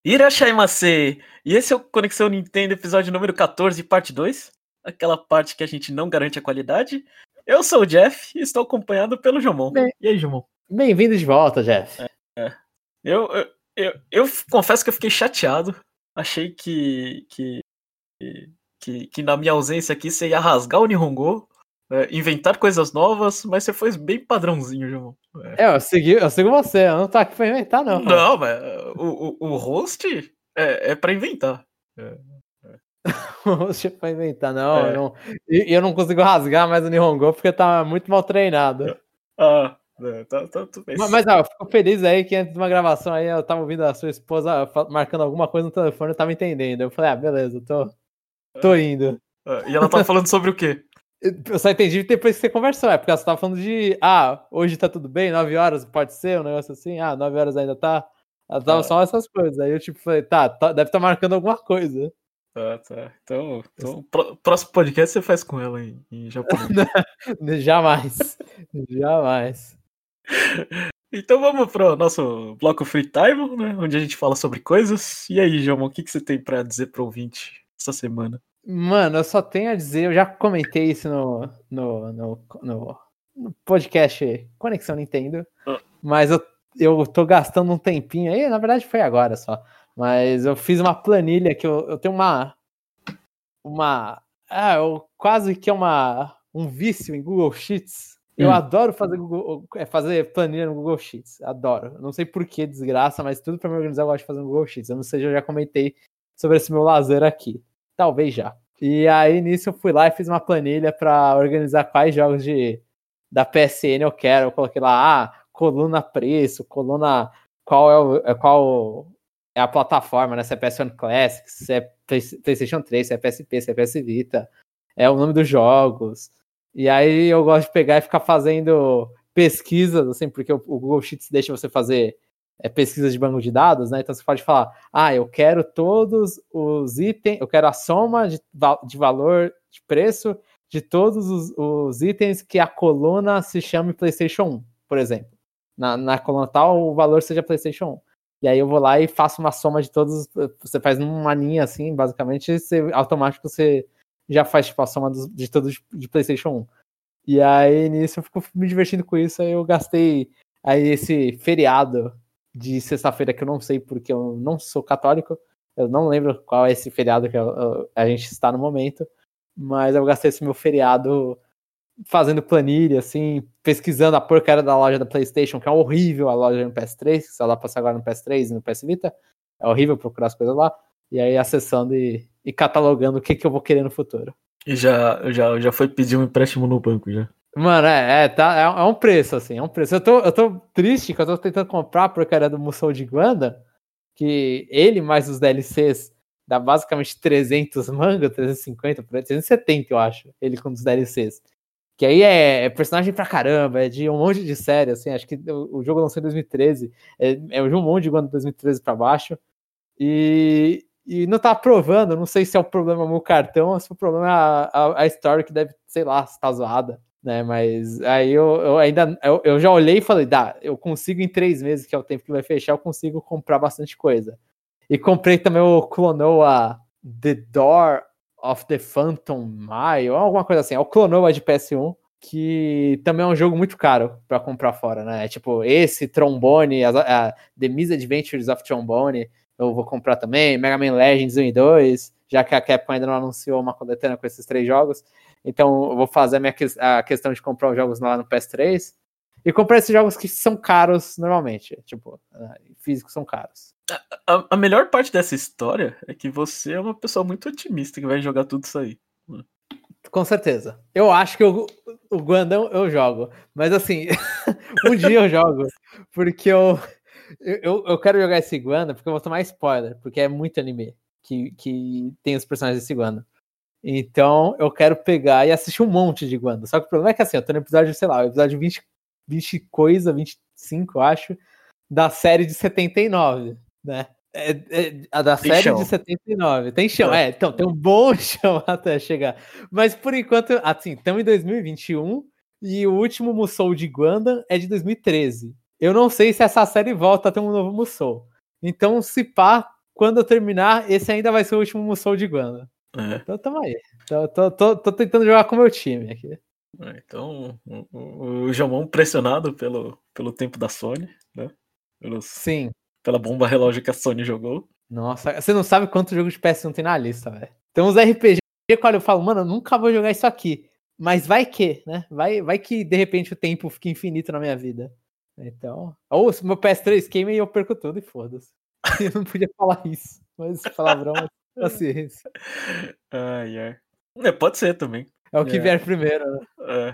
Irashaimase! E esse é o Conexão Nintendo, episódio número 14, parte 2. Aquela parte que a gente não garante a qualidade. Eu sou o Jeff e estou acompanhado pelo Jomon. E aí, Jomon? Bem-vindo de volta, Jeff. Eu confesso que eu fiquei chateado. Achei que na minha ausência aqui você ia rasgar o Nihongo, inventar coisas novas, mas você foi bem padrãozinho, Jomon. Eu sigo você, eu não tô aqui pra inventar, não. Não, mas o host é pra inventar. O host é pra inventar, não. Eu não consigo rasgar mais o Nihongo porque tá muito mal treinado. Tá tudo bem. Mas eu fico feliz aí que antes de uma gravação aí eu tava ouvindo a sua esposa marcando alguma coisa no telefone, eu tava entendendo. Eu falei, beleza, tô indo. E ela tava falando sobre o quê? Eu só entendi depois que você conversou, porque ela tava falando de, hoje tá tudo bem, 9 horas pode ser, um negócio assim, 9 horas ainda tá. Ela tava só essas coisas, aí eu falei, deve estar marcando alguma coisa. Tá. Então, próximo podcast você faz com ela em japonês. Jamais. Então vamos pro nosso bloco Free Time, né? Onde a gente fala sobre coisas. E aí, João, o que você tem pra dizer pro ouvinte essa semana? Mano, eu só tenho a dizer, eu já comentei isso no podcast Conexão Nintendo, mas eu tô gastando um tempinho aí, na verdade foi agora só, mas eu fiz uma planilha que eu tenho quase que um vício em Google Sheets. Eu adoro fazer planilha no Google Sheets, adoro. Não sei por que desgraça, mas tudo pra me organizar eu gosto de fazer no Google Sheets. Eu não sei se eu já comentei sobre esse meu lazer aqui. Talvez já. E aí, nisso, eu fui lá e fiz uma planilha para organizar quais jogos da PSN eu quero. Eu coloquei lá, coluna preço, coluna qual é a plataforma, né? Se é PS1 Classic, se é PlayStation 3, se é PSP, se é PS Vita, é o nome dos jogos. E aí eu gosto de pegar e ficar fazendo pesquisas, assim, porque o Google Sheets deixa você fazer pesquisa de banco de dados, né? Então você pode falar, eu quero todos os itens, eu quero a soma de valor, de preço de todos os itens que a coluna se chame PlayStation 1, por exemplo. Na coluna tal, o valor seja PlayStation 1. E aí eu vou lá e faço uma soma de todos, você faz numa linha assim, basicamente, automático você já faz tipo, a soma de todos de PlayStation 1. E aí nisso eu fico me divertindo com isso, aí eu gastei aí esse feriado de sexta-feira, que eu não sei porque eu não sou católico, eu não lembro qual é esse feriado que a gente está no momento, mas eu gastei esse meu feriado fazendo planilha, assim, pesquisando a porcaria da loja da PlayStation, que é horrível a loja no PS3, que só dá pra agora no PS3 e no PS Vita, é horrível procurar as coisas lá, e aí acessando e catalogando o que eu vou querer no futuro. E já foi pedir um empréstimo no banco, já. Mano, é um preço, assim, é um preço. Eu tô triste que eu tô tentando comprar a porcaria do Musou de Guanda, que ele mais os DLCs dá basicamente 300 manga, 350, 370, eu acho, ele com os DLCs. Que aí é personagem pra caramba, é de um monte de série, assim, acho que o jogo lançou em 2013, é de um monte de Guanda de 2013 pra baixo, e não tá aprovando, não sei se é o problema meu cartão ou se o problema é a story que deve, sei lá, se tá zoada. Né, mas aí eu já olhei e falei, eu consigo em 3 meses, que é o tempo que vai fechar, eu consigo comprar bastante coisa. E comprei também o Klonoa The Door of the Phantom Mile, alguma coisa assim, é o Klonoa de PS1, que também é um jogo muito caro pra comprar fora, né, tipo, esse Trombone, The Misadventures of Trombone, eu vou comprar também, Mega Man Legends 1 e 2, já que a Capcom ainda não anunciou uma coletânea com esses 3 jogos. Então eu vou fazer a questão de comprar os jogos lá no PS3 e comprar esses jogos que são caros normalmente. Tipo, físicos são caros. A melhor parte dessa história é que você é uma pessoa muito otimista que vai jogar tudo isso aí. Com certeza. Eu acho que o Guandão eu jogo. Mas assim, um dia eu jogo. Porque eu quero jogar esse Guanda porque eu vou tomar spoiler. Porque é muito anime que tem os personagens desse Guanda. Então, eu quero pegar e assistir um monte de Guanda. Só que o problema é que assim, eu tô no episódio, sei lá, o episódio 20 25, eu acho, da série de 79, né? A da série chão. De 79. Tem chão, então tem um bom chão até chegar. Mas por enquanto, assim, estamos em 2021 e o último Musou de Guanda é de 2013. Eu não sei se essa série volta a ter um novo Musou. Então, se pá, quando eu terminar, esse ainda vai ser o último Musou de Guanda. Então tamo aí. Tô tentando jogar com o meu time aqui. Então, o Jomon pressionado pelo tempo da Sony, né? Sim. Pela bomba relógio que a Sony jogou. Nossa, você não sabe quanto jogo de PS1 tem na lista, velho. Tem uns RPG que eu falo, mano, eu nunca vou jogar isso aqui. Mas vai que, né? Vai que de repente o tempo fica infinito na minha vida. Então. Ou se meu PS3 queima e eu perco tudo e foda-se. Eu não podia falar isso. Mas palavrão, paciência. Ai. Pode ser também. É o que vier primeiro, né?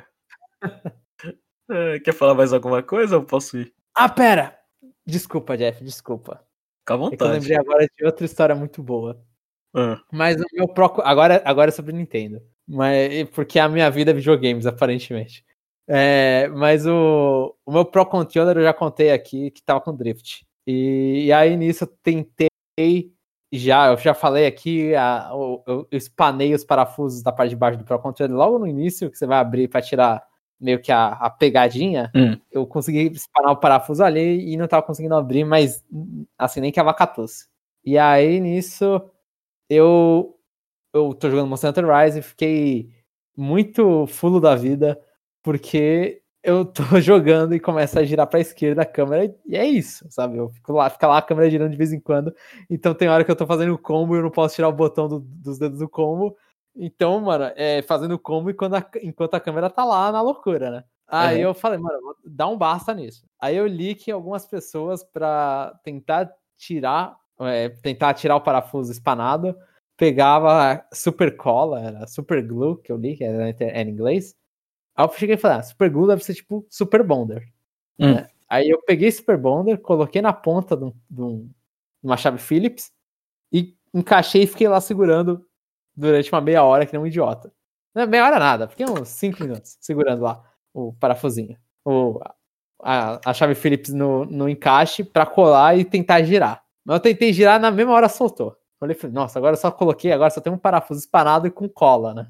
Quer falar mais alguma coisa ou posso ir? Ah, pera! Desculpa, Jeff, desculpa. Fica à vontade. É que eu lembrei agora de outra história muito boa. Mas o meu agora é sobre Nintendo. Mas, porque a minha vida é videogames, aparentemente. Mas o meu Pro Controller eu já contei aqui que tava com drift. E aí nisso eu tentei. Eu já falei aqui, eu espanei os parafusos da parte de baixo do Pro Controller logo no início, que você vai abrir para tirar meio que a pegadinha. Eu consegui espanar o parafuso ali e não tava conseguindo abrir, mas assim, nem que a vaca tosse. E aí nisso eu tô jogando Monster Hunter Rise e fiquei muito fulo da vida, porque eu tô jogando e começa a girar pra esquerda a câmera, e é isso, sabe? Fica lá a câmera girando de vez em quando, então tem hora que eu tô fazendo combo e eu não posso tirar o botão dos dedos do combo, então, mano, fazendo combo enquanto a câmera tá lá na loucura, né? Aí eu falei, mano, vou dar um basta nisso. Aí eu li que algumas pessoas pra tentar tirar o parafuso espanado, pegava super cola, era super glue, que eu li, que era em inglês. Aí eu cheguei e falei, super glue deve ser tipo super bonder. Né? Aí eu peguei super bonder, coloquei na ponta de uma chave Phillips e encaixei e fiquei lá segurando durante uma meia hora, que nem um idiota. Não, meia hora nada, fiquei uns 5 minutos segurando lá o parafusinho. A chave Phillips no encaixe pra colar e tentar girar. Mas eu tentei girar, na mesma hora soltou. Eu falei, nossa, agora eu só coloquei, agora só tem um parafuso espanado e com cola, né?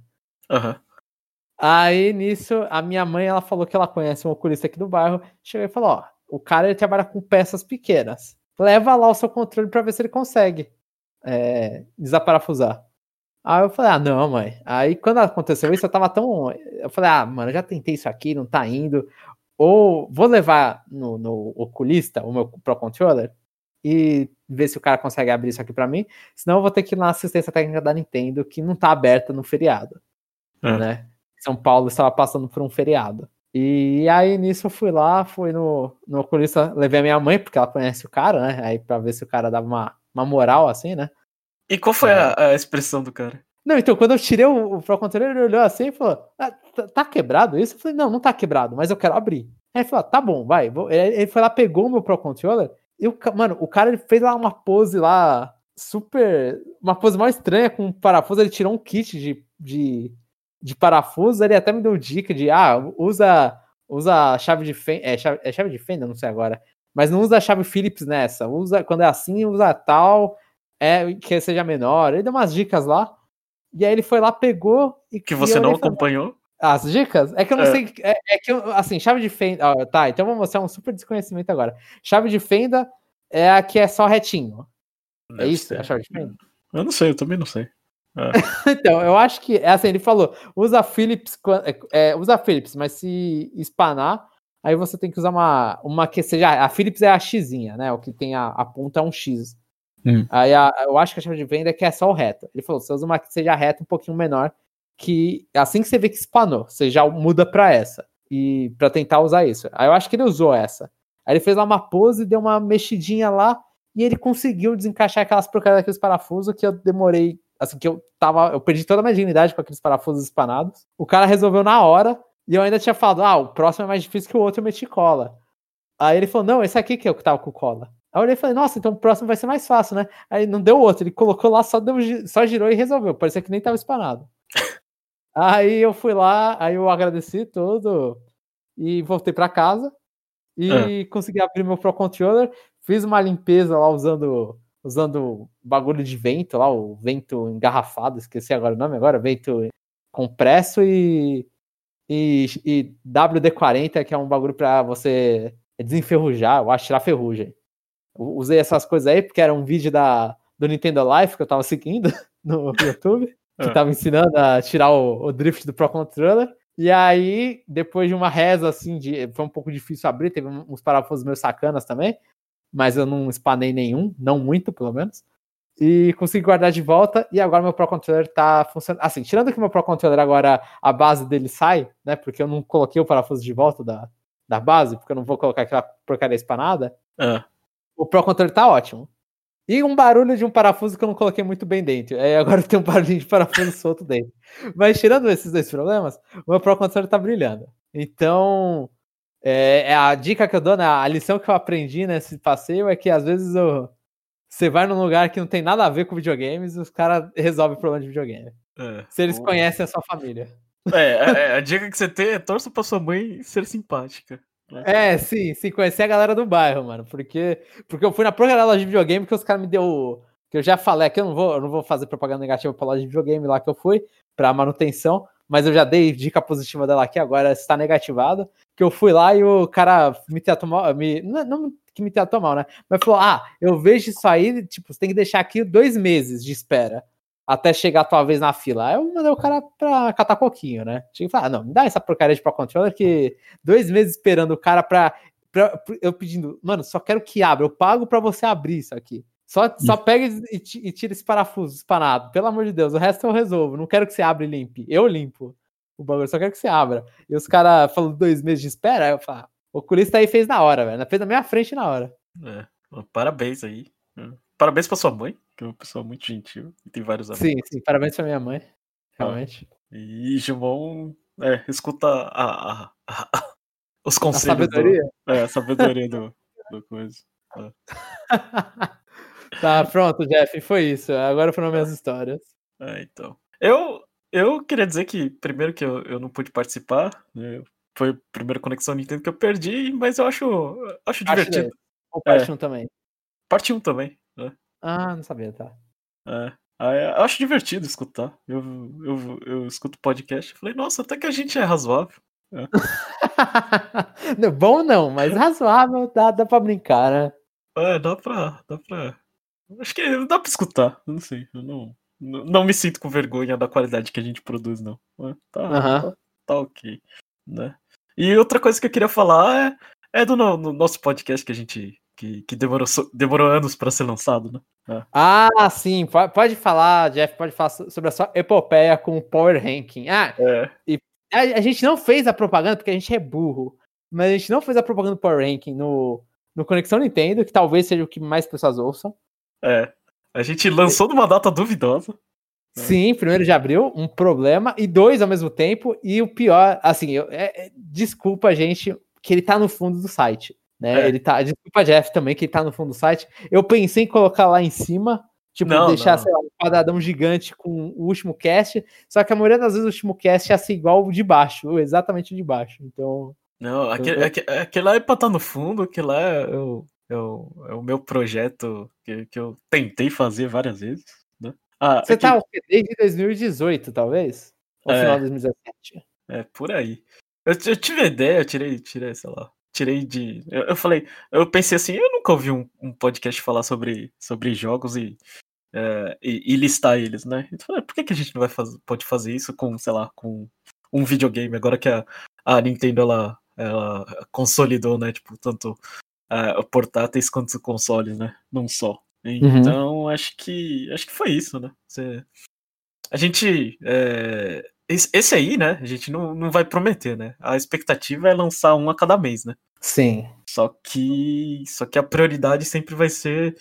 Aí, nisso, a minha mãe, ela falou que ela conhece um oculista aqui do bairro, chegou e falou, ó, o cara, ele trabalha com peças pequenas. Leva lá o seu controle pra ver se ele consegue desaparafusar. Aí eu falei, não, mãe. Aí, quando aconteceu isso, eu tava tão... Eu falei, mano, eu já tentei isso aqui, não tá indo. Ou vou levar no oculista, o meu Pro Controller, e ver se o cara consegue abrir isso aqui pra mim, senão eu vou ter que ir na assistência técnica da Nintendo, que não tá aberta no feriado, né? São Paulo estava passando por um feriado. E aí, nisso, eu fui no oculista, levei a minha mãe, porque ela conhece o cara, né? Aí pra ver se o cara dava uma moral, assim, né? E qual foi a expressão do cara? Não, então, quando eu tirei o Pro Controller, ele olhou assim e falou, tá quebrado isso? Eu falei, não tá quebrado, mas eu quero abrir. Aí ele falou, tá bom, vai. Ele foi lá, pegou o meu Pro Controller, e mano, o cara, ele fez lá uma pose lá, uma pose mais estranha com parafuso, ele tirou um kit de parafuso, ele até me deu dica de, usa a chave de fenda, chave de fenda, não sei agora, mas não usa a chave Phillips nessa, quando é assim, usa tal, que seja menor, ele deu umas dicas lá, e aí ele foi lá, pegou... Que você não acompanhou? As dicas? É que eu não sei, que assim, chave de fenda, tá, então vou mostrar um super desconhecimento agora. Chave de fenda é a que é só retinho. Deve isso, ser. A chave de fenda? Eu não sei, eu também não sei. Então, eu acho que, assim, ele falou, usa Phillips, mas se espanar, aí você tem que usar uma que seja, a Phillips é a Xzinha, né, o que tem a ponta é um X. Aí eu acho que a chave de fenda é que é só o reto. Ele falou, você usa uma que seja reta um pouquinho menor, que assim que você vê que espanou, você já muda pra essa, e pra tentar usar isso. Aí eu acho que ele usou essa. Aí ele fez lá uma pose, deu uma mexidinha lá, e ele conseguiu desencaixar aquelas porcarias daqueles parafusos que eu demorei, assim, que eu perdi toda a minha dignidade com aqueles parafusos espanados. O cara resolveu na hora, e eu ainda tinha falado, o próximo é mais difícil que o outro, eu meti cola. Aí ele falou, não, esse aqui que é o que tava com cola. Aí eu olhei e falei, nossa, então o próximo vai ser mais fácil, né? Aí não deu outro, ele colocou lá, só girou e resolveu, parecia que nem tava espanado. Aí eu fui lá, aí eu agradeci tudo e voltei pra casa e consegui abrir meu Pro Controller, fiz uma limpeza lá usando bagulho de vento lá, o vento engarrafado, esqueci agora o nome agora, vento compresso e WD-40, que é um bagulho pra você desenferrujar, eu acho, tirar ferrugem. Eu usei essas coisas aí porque era um vídeo da do Nintendo Life que eu tava seguindo no YouTube, que tava ensinando a tirar o drift do Pro Controller. E aí, depois de uma reza, assim, foi um pouco difícil abrir, teve uns parafusos meio sacanas também, mas eu não spanei nenhum, não muito, pelo menos. E consegui guardar de volta, e agora meu Pro Controller tá funcionando. Assim, tirando que meu Pro Controller agora, a base dele sai, né, porque eu não coloquei o parafuso de volta da base, porque eu não vou colocar aquela porcaria espanada, o Pro Controller tá ótimo. E um barulho de um parafuso que eu não coloquei muito bem dentro. Aí agora tem um barulhinho de parafuso solto dentro. Mas tirando esses dois problemas, o meu Pro Controller tá brilhando. Então, a dica que eu dou, né, a lição que eu aprendi nesse passeio é que às vezes você vai num lugar que não tem nada a ver com videogames e os caras resolvem o problema de videogame. Se eles conhecem a sua família. A dica que você tem é torça pra sua mãe ser simpática. Sim, conhecer a galera do bairro, mano. Porque eu fui na própria loja de videogame que os caras me deu. Que eu já falei aqui, eu não vou fazer propaganda negativa pra loja de videogame lá que eu fui, pra manutenção, mas eu já dei dica positiva dela aqui, agora está negativado. Que eu fui lá e o cara me tratou mal. Não que me tratou mal, né? Mas falou: eu vejo isso aí, tipo, você tem que deixar aqui 2 meses de espera até chegar a tua vez na fila. Aí eu mandei o cara pra catar coquinho, né? Cheguei e falei, não, me dá essa porcaria de Pro Controller que 2 meses esperando o cara pra eu pedindo, mano, só quero que abra, eu pago pra você abrir isso aqui. Só pega e tira esse parafuso espanado, pelo amor de Deus, o resto eu resolvo, não quero que você abra e limpe, eu limpo o bagulho, só quero que você abra. E os caras falando 2 meses de espera, aí eu falo, o oculista aí fez na hora, velho, fez na minha frente na hora. Parabéns aí. Parabéns pra sua mãe, que é uma pessoa muito gentil e tem vários amigos. Sim, parabéns pra minha mãe. Realmente. E Gilmon escuta os conselhos. A sabedoria? A sabedoria do coisa. Tá, pronto, Jeff, foi isso. Agora foram minhas histórias. Então. Eu queria dizer que, primeiro, que eu não pude participar, né? Foi a primeira conexão Nintendo que eu perdi, mas eu acho divertido. Ou parte 1 também? Parte 1 também, né? Não sabia, tá. Eu acho divertido escutar. Eu escuto podcast e falei, nossa, até que a gente é razoável. Bom não, mas razoável dá pra brincar, né? Dá pra. Acho que dá pra escutar. Eu não sei. Eu não me sinto com vergonha da qualidade que a gente produz, não. Tá ok. Né? E outra coisa que eu queria falar é do no nosso podcast que a gente. Que demorou anos pra ser lançado, né? Sim, pode falar, Jeff, pode falar sobre a sua epopeia com o Power Ranking. E a gente não fez a propaganda porque a gente é burro, mas a gente não fez a propaganda do Power Ranking no Conexão Nintendo, que talvez seja o que mais pessoas ouçam. A gente lançou numa data duvidosa. Sim, 1º de abril, um problema, e 2 ao mesmo tempo, e o pior, assim, desculpa, gente, que ele tá no fundo do site. Né? Desculpa, Jeff, também, que ele tá no fundo do site. Eu pensei em colocar lá em cima, deixar, sei lá, um quadradão gigante com o último cast, só que a maioria das vezes o último cast ia ser igual o de baixo, exatamente o de baixo. Então. Não, aquele lá é pra estar no fundo, aquele lá é o meu projeto que eu tentei fazer várias vezes. Né? Você tá desde 2018, talvez? Ou final de 2017? Por aí. Eu tive a ideia, eu tirei, sei lá. Eu falei, eu pensei assim, eu nunca ouvi um podcast falar sobre jogos e listar eles, né? Então, por que a gente não pode fazer isso com, sei lá, com um videogame, agora que a Nintendo ela consolidou, né? Tipo, tanto portáteis quanto consoles, né? Não só. Então, acho que foi isso, né? A gente. Esse aí, né? A gente não vai prometer, né? A expectativa é lançar um a cada mês, né? Sim. Só que a prioridade sempre vai ser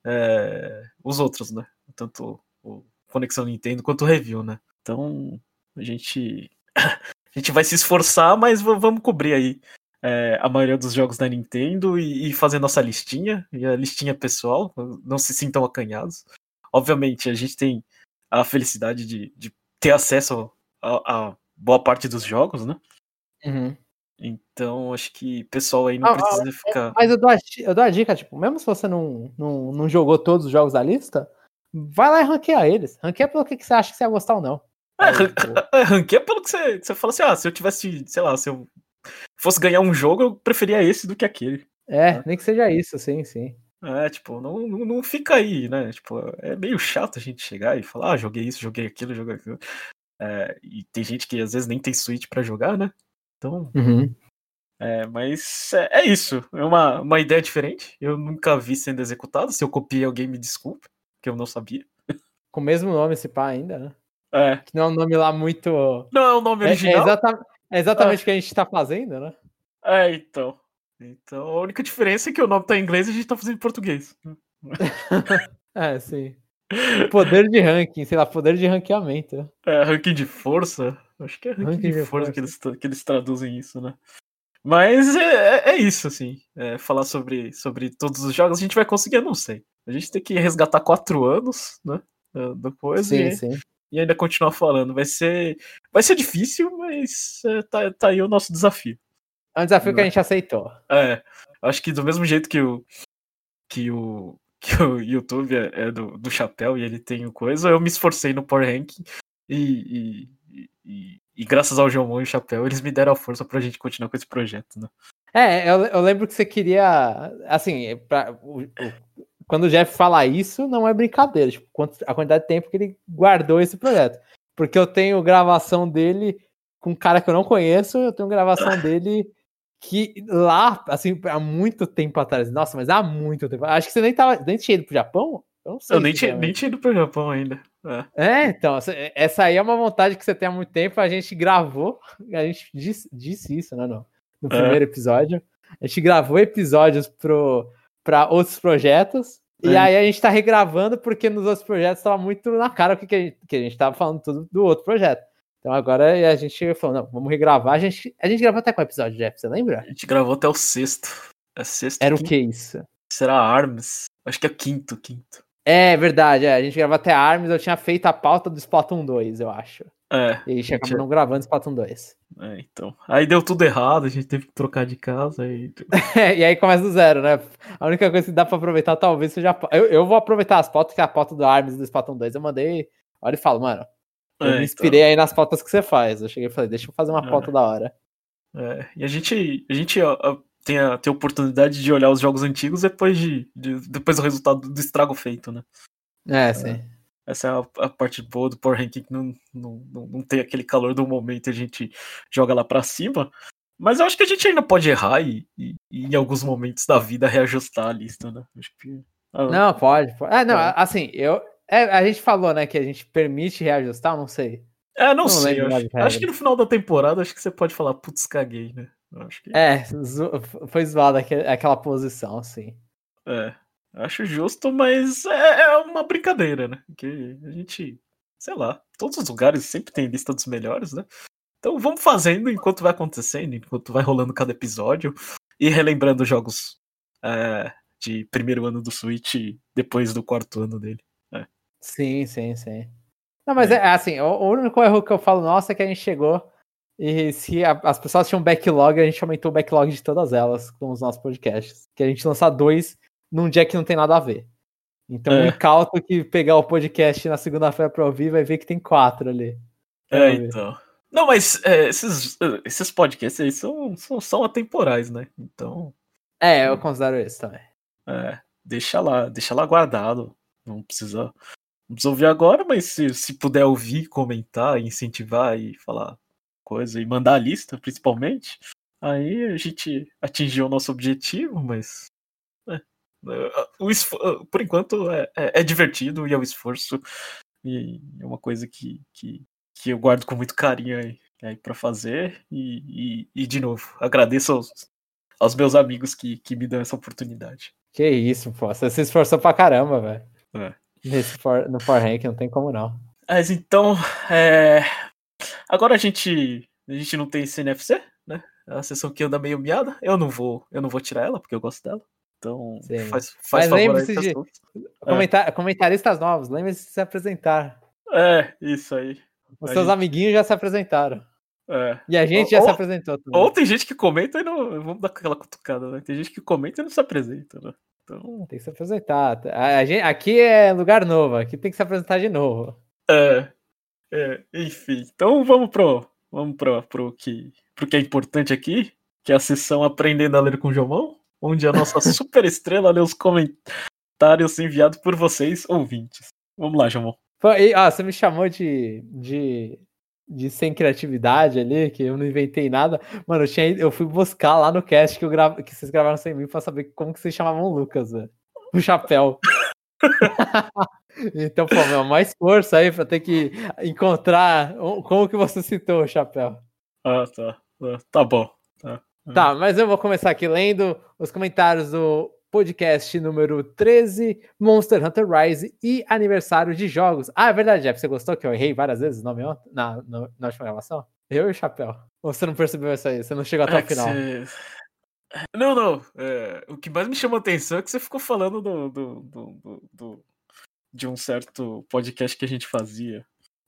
os outros, né? Tanto o Conexão Nintendo quanto o review, né? Então, a gente vai se esforçar, mas vamos cobrir aí a maioria dos jogos da Nintendo e fazer nossa listinha, e a listinha pessoal, não se sintam acanhados. Obviamente, a gente tem a felicidade de ter acesso a boa parte dos jogos, né? Então, acho que o pessoal aí não precisa ficar... Mas eu dou a dica, tipo, mesmo se você não jogou todos os jogos da lista, vai lá e ranqueia eles. Ranqueia pelo que você acha que você ia gostar ou não. Ranqueia pelo que você fala assim, se eu tivesse, sei lá, se eu fosse ganhar um jogo, eu preferia esse do que aquele. Nem que seja isso, sim. Tipo, não fica aí, né? Tipo, é meio chato a gente chegar e falar, joguei isso, joguei aquilo, joguei aquilo. E tem gente que às vezes nem tem Switch pra jogar, né? Então, Uhum. mas é isso. É uma ideia diferente. Eu nunca vi sendo executado. Se eu copiei alguém, me desculpe, que eu não sabia. Com o mesmo nome, esse pá, ainda, né? É. Que não é um nome lá muito. Não é o nome É, original? é exatamente o que a gente tá fazendo, né? Então. Então, a única diferença é que o nome tá em inglês e a gente tá fazendo em português. Sim. Poder de ranking, sei lá, poder de ranqueamento. Ranking de força. Acho que é ranking Ranking de de força força. que eles traduzem isso, né? Mas é isso, assim. Falar sobre todos os jogos, a gente vai conseguir, eu não sei. A gente tem que resgatar 4 anos, né? Depois Sim, sim. e ainda continuar falando. Vai ser difícil, mas tá aí o nosso desafio. É um desafio que a gente aceitou. Acho que do mesmo jeito que o YouTube é do chapéu e ele tem o coisa, eu me esforcei no Power Ranking e graças ao Jomon e o chapéu, eles me deram a força pra gente continuar com esse projeto, né? Eu lembro que você queria. Assim, quando o Jeff fala isso, não é brincadeira. Tipo, a quantidade de tempo que ele guardou esse projeto. Porque eu tenho gravação dele com um cara que eu não conheço, eu tenho gravação dele que lá, assim, há muito tempo atrás. Nossa, mas há muito tempo. Acho que você nem tinha ido pro Japão? Eu não Eu sei, nem tinha ido pro Japão ainda. Então, essa aí é uma vontade que você tem há muito tempo. A gente gravou, a gente disse isso, né, no primeiro episódio. A gente gravou episódios para outros projetos. E aí a gente tá regravando porque nos outros projetos tava muito na cara o que a gente tava falando tudo do outro projeto. Então agora a gente falou, não, vamos regravar. A gente gravou até qual episódio, Jeff? Você lembra? A gente gravou até o sexto. Sexto, Era o quinto. que isso? Será Arms? Acho que é quinto. É verdade, a gente gravou até Arms, eu tinha feito a pauta do Splatoon 2, eu acho. E aí acabou não gravando Splatoon 2. Então. Aí deu tudo errado, a gente teve que trocar de casa. E aí começa do zero, né? A única coisa que dá pra aproveitar talvez seja. Eu vou aproveitar as pautas, que é a pauta do Arms e do Splatoon 2 eu mandei. Olha e falo, mano, eu me inspirei aí nas pautas que você faz. Eu cheguei e falei, deixa eu fazer uma pauta da hora. E a gente tem a oportunidade de olhar os jogos antigos depois do resultado do estrago feito, né? Sim. Essa é a parte boa do Power Ranking, que não tem aquele calor do momento e a gente joga lá pra cima. Mas eu acho que a gente ainda pode errar e em alguns momentos da vida reajustar a lista, né? Acho que, não, pode. Assim, a gente falou, né, que a gente permite reajustar, não sei. Não sei. Acho que no final da temporada, acho que você pode falar, putz, caguei, né? Acho que... foi zoada aquela posição, sim. Acho justo, mas é uma brincadeira, né? Que a gente, sei lá, todos os lugares sempre tem lista dos melhores, né? Então vamos fazendo enquanto vai acontecendo, enquanto vai rolando cada episódio e relembrando jogos de primeiro ano do Switch depois do quarto ano dele. Sim. Não, mas assim, o único erro que eu falo, nossa, é que a gente chegou e se as pessoas tinham backlog, a gente aumentou o backlog de todas elas com os nossos podcasts. Que a gente lança 2 num dia que não tem nada a ver. Então, o incauto que pegar o podcast na segunda-feira pra ouvir vai ver que tem 4 ali. Então. Não, mas esses podcasts aí são atemporais, né? Então. Eu considero isso também. Deixa lá guardado. Não precisa ouvir agora, mas se puder ouvir, comentar, incentivar e falar coisa e mandar a lista, principalmente, aí a gente atingiu o nosso objetivo, mas por enquanto é divertido e é um esforço e é uma coisa que eu guardo com muito carinho aí para fazer e de novo, agradeço aos meus amigos que me dão essa oportunidade. Que isso, pô, você se esforçou pra caramba, velho. No Power Rank não tem como não. Mas então, agora a gente não tem CNFC, né? É a sessão que anda meio miada. Eu não vou tirar ela, porque eu gosto dela. Então, faz mas favor aí, lembre-se de comentaristas novos, lembre-se de se apresentar. Isso aí. Os seus amiguinhos já se apresentaram. E a gente já se apresentou também. Ou tem gente que comenta e não... Vamos dar aquela cutucada, né? Tem gente que comenta e não se apresenta, né? Então... Tem que se apresentar. Aqui é lugar novo, aqui tem que se apresentar de novo. Enfim. Então vamos pro que é importante aqui, que é a sessão Aprendendo a Ler com o Jomão. onde a nossa super estrela lê os comentários enviados por vocês, ouvintes. Vamos lá, Jamon. Você me chamou de sem criatividade ali, que eu não inventei nada. Mano, eu fui buscar lá no cast que vocês gravaram sem mim pra saber como que vocês chamavam o Lucas, velho. O Chapéu. Então, pô, meu, mais força aí pra ter que encontrar como que você citou o Chapéu. Ah, tá bom. Tá, mas eu vou começar aqui lendo os comentários do podcast número 13, Monster Hunter Rise e aniversário de jogos. Ah, é verdade, Jeff, você gostou que eu errei várias vezes o nome na última gravação? Eu e o Chapéu. Ou você não percebeu isso aí? Você não chegou até o final? Não. O que mais me chamou a atenção é que você ficou falando de um certo podcast que a gente fazia.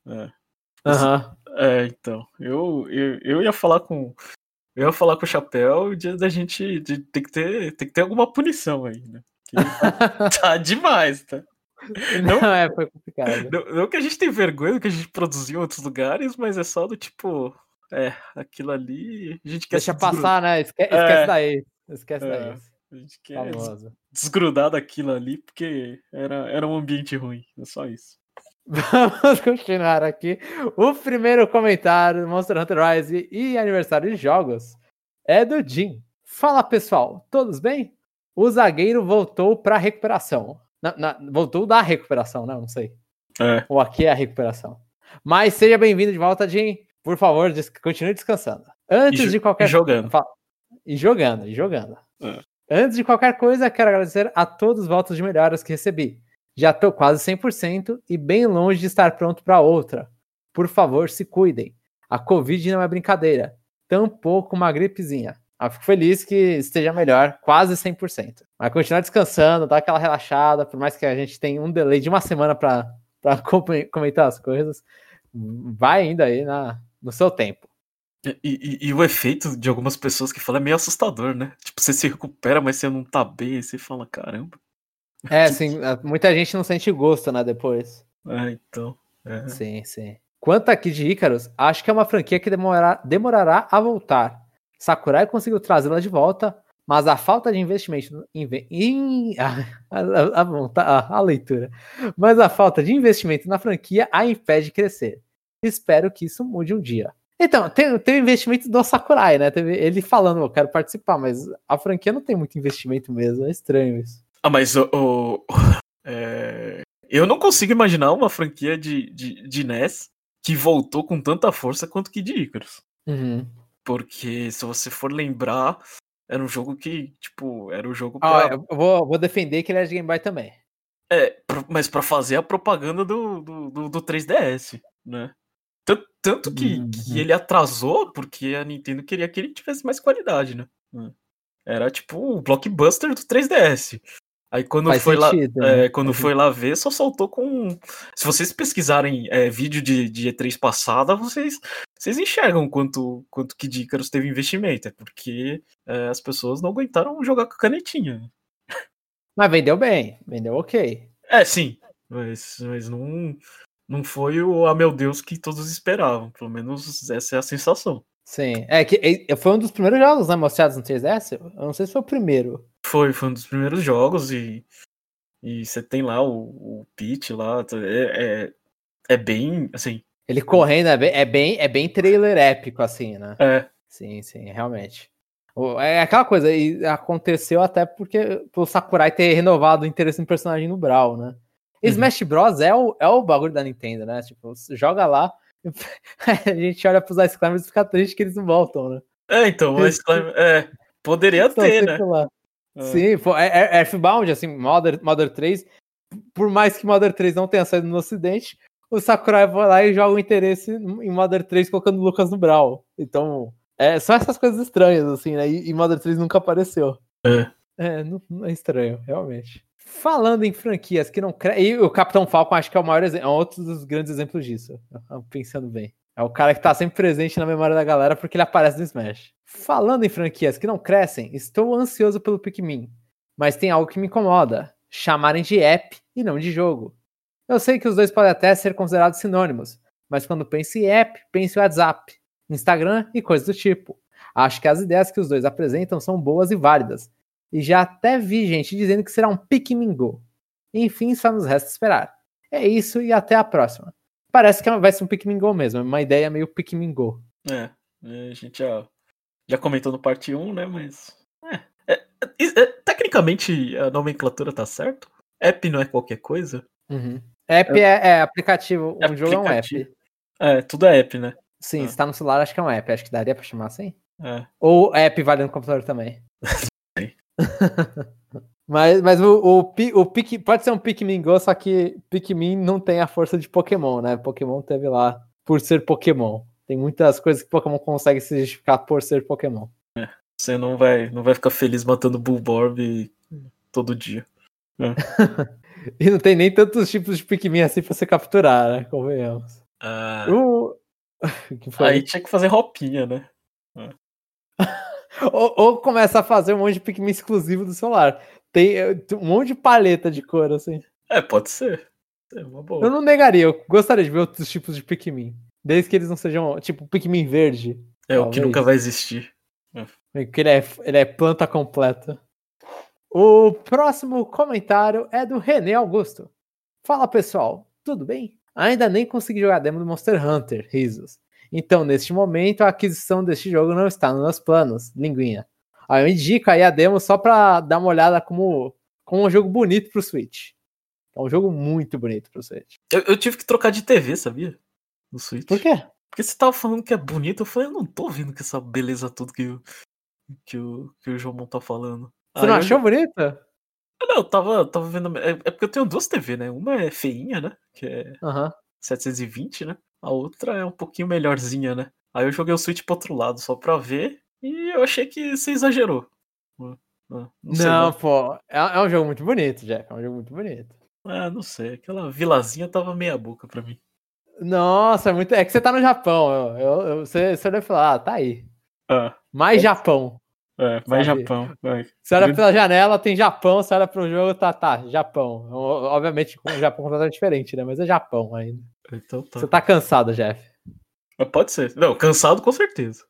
Então. Eu ia falar com. Eu ia falar com o Chapéu da gente tem que ter alguma punição aí, né? Tá demais, tá? Não, foi complicado. Não que a gente tem vergonha do que a gente produziu em outros lugares, mas é só do tipo. Aquilo ali. A gente quer deixa passar, né? Esquece daí. Esquece daí. A gente quer desgrudar daquilo ali, porque era um ambiente ruim. É só isso. Vamos continuar aqui. O primeiro comentário do Monster Hunter Rise e aniversário de jogos é do Jim. Fala, pessoal, todos bem? O zagueiro voltou para recuperação. Voltou da recuperação, né? Não sei. Ou aqui é a recuperação. Mas seja bem-vindo de volta, Jim. Por favor, continue descansando. Antes de qualquer coisa. E jogando. Antes de qualquer coisa, quero agradecer a todos os votos de melhoras que recebi. Já tô quase 100% e bem longe de estar pronto para outra. Por favor, se cuidem. A Covid não é brincadeira. Tampouco uma gripezinha. Fico feliz que esteja melhor, quase 100%. Mas continuar descansando, dar aquela relaxada, por mais que a gente tenha um delay de uma semana para comentar as coisas, vai ainda aí no seu tempo. E o efeito de algumas pessoas que falam é meio assustador, né? Tipo, você se recupera, mas você não tá bem, aí você fala, caramba. Assim, muita gente não sente gosto, né, depois. Então. Sim. Quanto a Kid Icarus, acho que é uma franquia que demorará a voltar. Sakurai conseguiu trazê-la de volta, mas a falta de investimento a leitura. Mas a falta de investimento na franquia a impede de crescer. Espero que isso mude um dia. Então, tem o investimento do Sakurai, né? Teve ele falando, eu quero participar, mas a franquia não tem muito investimento mesmo, é estranho isso. Mas eu não consigo imaginar uma franquia de NES que voltou com tanta força quanto que de Icarus. Uhum. Porque, se você for lembrar, era um jogo que, tipo, era o jogo pra... eu vou defender que ele é de Game Boy também. Mas pra fazer a propaganda do 3DS, né? Tanto que ele atrasou porque a Nintendo queria que ele tivesse mais qualidade, né? Era tipo o blockbuster do 3DS. Aí quando foi lá ver, só soltou com... Se vocês pesquisarem vídeo de E3 passada, vocês enxergam quanto que Kid Icarus teve investimento. É porque as pessoas não aguentaram jogar com a canetinha. Mas vendeu bem, vendeu ok. Sim. Mas não foi meu Deus que todos esperavam. Pelo menos essa é a sensação. Sim. Foi um dos primeiros jogos, né, mostrados no 3DS? Eu não sei se foi o primeiro. Foi um dos primeiros jogos e você tem lá o Peach lá. É bem, assim... Ele correndo é bem trailer épico, assim, né? Sim, realmente. É aquela coisa, e aconteceu até porque o Sakurai ter renovado o interesse no personagem no Brawl, né? Smash Bros. É o bagulho da Nintendo, né? Tipo, joga lá, a gente olha pros Ice Climbers e fica triste que eles não voltam, né? Então, o Ice Climbers... poderia ter, né? Lá. Sim, é Earthbound, assim, Mother 3, por mais que Mother 3 não tenha saído no ocidente, o Sakurai vai lá e joga o interesse em Mother 3 colocando o Lucas no Brawl. Então, são essas coisas estranhas, assim, né? E Mother 3 nunca apareceu. Não é estranho, realmente. Falando em franquias que não crescem... E o Capitão Falcon acho que é o maior exemplo, é outro dos grandes exemplos disso. Pensando bem. É o cara que tá sempre presente na memória da galera porque ele aparece no Smash. Falando em franquias que não crescem, estou ansioso pelo Pikmin. Mas tem algo que me incomoda. Chamarem de app e não de jogo. Eu sei que os dois podem até ser considerados sinônimos, mas quando penso em app, penso em WhatsApp, Instagram e coisas do tipo. Acho que as ideias que os dois apresentam são boas e válidas, e já até vi gente dizendo que será um Pikmin Go. Enfim, só nos resta esperar. É isso e até a próxima. Parece que vai ser um Pikmin Go mesmo, é uma ideia meio Pikmin Go. A gente já comentou no parte 1, né, mas... tecnicamente a nomenclatura tá certo? App não é qualquer coisa? Uhum. App é aplicativo, jogo é um app. Tudo é app, né? Sim, se tá no celular, acho que é um app. Acho que daria pra chamar assim. Ou app vale no computador também. mas o pode ser um Pikmin Go, só que Pikmin não tem a força de Pokémon, né? Pokémon teve lá por ser Pokémon. Tem muitas coisas que Pokémon consegue se justificar por ser Pokémon. Você não vai ficar feliz matando Bulborb todo dia. E não tem nem tantos tipos de Pikmin assim pra você capturar, né? Convenhamos. Aí tinha que fazer roupinha, né? Ou começa a fazer um monte de Pikmin exclusivo do celular. Tem um monte de paleta de cor, assim. Pode ser. É uma boa. Eu não negaria, eu gostaria de ver outros tipos de Pikmin. Desde que eles não sejam, tipo, Pikmin verde. O que nunca vai existir. Porque ele é planta completa. O próximo comentário é do René Augusto. Fala, pessoal, tudo bem? Ainda nem consegui jogar a demo do Monster Hunter, risos. Então, neste momento, a aquisição deste jogo não está nos meus planos, linguinha. Aí eu indico aí a demo só pra dar uma olhada como um jogo bonito pro Switch. É um jogo muito bonito pro Switch. Eu tive que trocar de TV, sabia? No Switch. Por quê? Porque você tava falando que é bonito, eu falei, eu não tô vendo com essa beleza toda que o João tá falando. Você não achou bonita? Não, eu tava vendo. É porque eu tenho duas TV, né? Uma é feinha, né? Que é 720, né? A outra é um pouquinho melhorzinha, né? Aí eu joguei o Switch pro outro lado só pra ver e eu achei que você exagerou. Não, pô. É um jogo muito bonito, Jack. É um jogo muito bonito. Não sei. Aquela vilazinha tava meia boca pra mim. Nossa, é que você tá no Japão. Você deve falar, tá aí. Mais Japão. Mais Japão. Você olha pela janela, tem Japão. Você olha pro jogo, tá, Japão. Obviamente, o Japão é completamente diferente, né? Mas é Japão ainda. Então tá. Você tá cansado, Jeff? Pode ser. Não, cansado com certeza.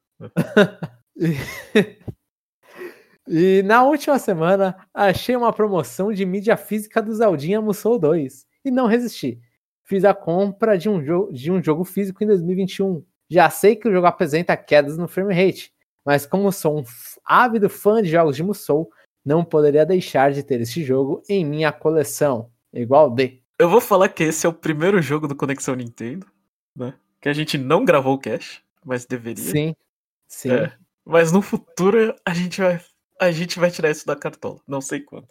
E na última semana, achei uma promoção de mídia física do Zeldinha Musou 2. E não resisti. Fiz a compra de um jogo físico em 2021. Já sei que o jogo apresenta quedas no frame rate, mas como sou um ávido fã de jogos de Musou, não poderia deixar de ter esse jogo em minha coleção. Igual D. Eu vou falar que esse é o primeiro jogo do Conexão Nintendo, né? Que a gente não gravou o cast, mas deveria. Sim. Mas no futuro a gente vai tirar isso da cartola. Não sei quando.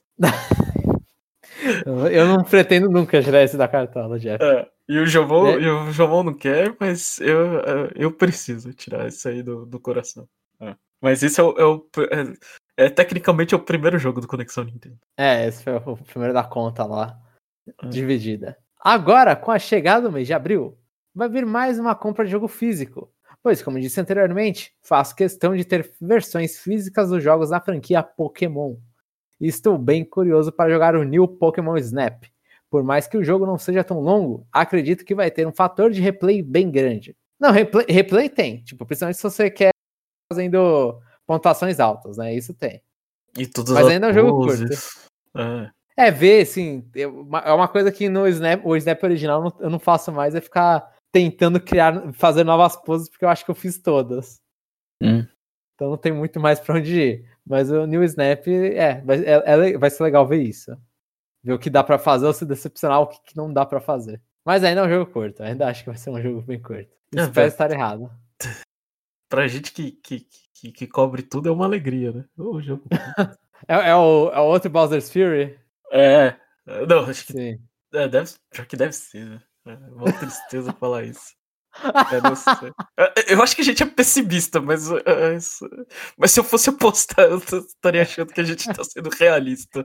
Eu não pretendo nunca tirar isso da cartola, Jeff. E o João não quer, mas eu preciso tirar isso aí do coração. Mas esse tecnicamente é o primeiro jogo do Conexão Nintendo. Esse foi o primeiro da conta lá, dividida. Agora, com a chegada do mês de abril, vai vir mais uma compra de jogo físico. Pois, como disse anteriormente, faço questão de ter versões físicas dos jogos da franquia Pokémon. E estou bem curioso para jogar o New Pokémon Snap. Por mais que o jogo não seja tão longo, acredito que vai ter um fator de replay bem grande. Não, replay tem. Tipo, principalmente se você quer fazendo pontuações altas, né? Isso tem. Mas ainda é um jogo curto. Ver, assim, é uma coisa que no Snap, o Snap original eu não faço mais, é ficar tentando fazer novas poses, porque eu acho que eu fiz todas. Então não tem muito mais pra onde ir. Mas o New Snap, vai ser legal ver isso. Ver o que dá pra fazer ou se decepcionar o que não dá pra fazer. Mas ainda é um jogo curto. Ainda acho que vai ser um jogo bem curto. Espero estar errado. Pra gente que cobre tudo é uma alegria, né? O jogo. É o outro Bowser's Fury? Não, acho que. Sim. Deve ser, né? É uma tristeza falar isso. Não sei. Eu acho que a gente é pessimista, mas se eu fosse apostar, eu estaria achando que a gente tá sendo realista.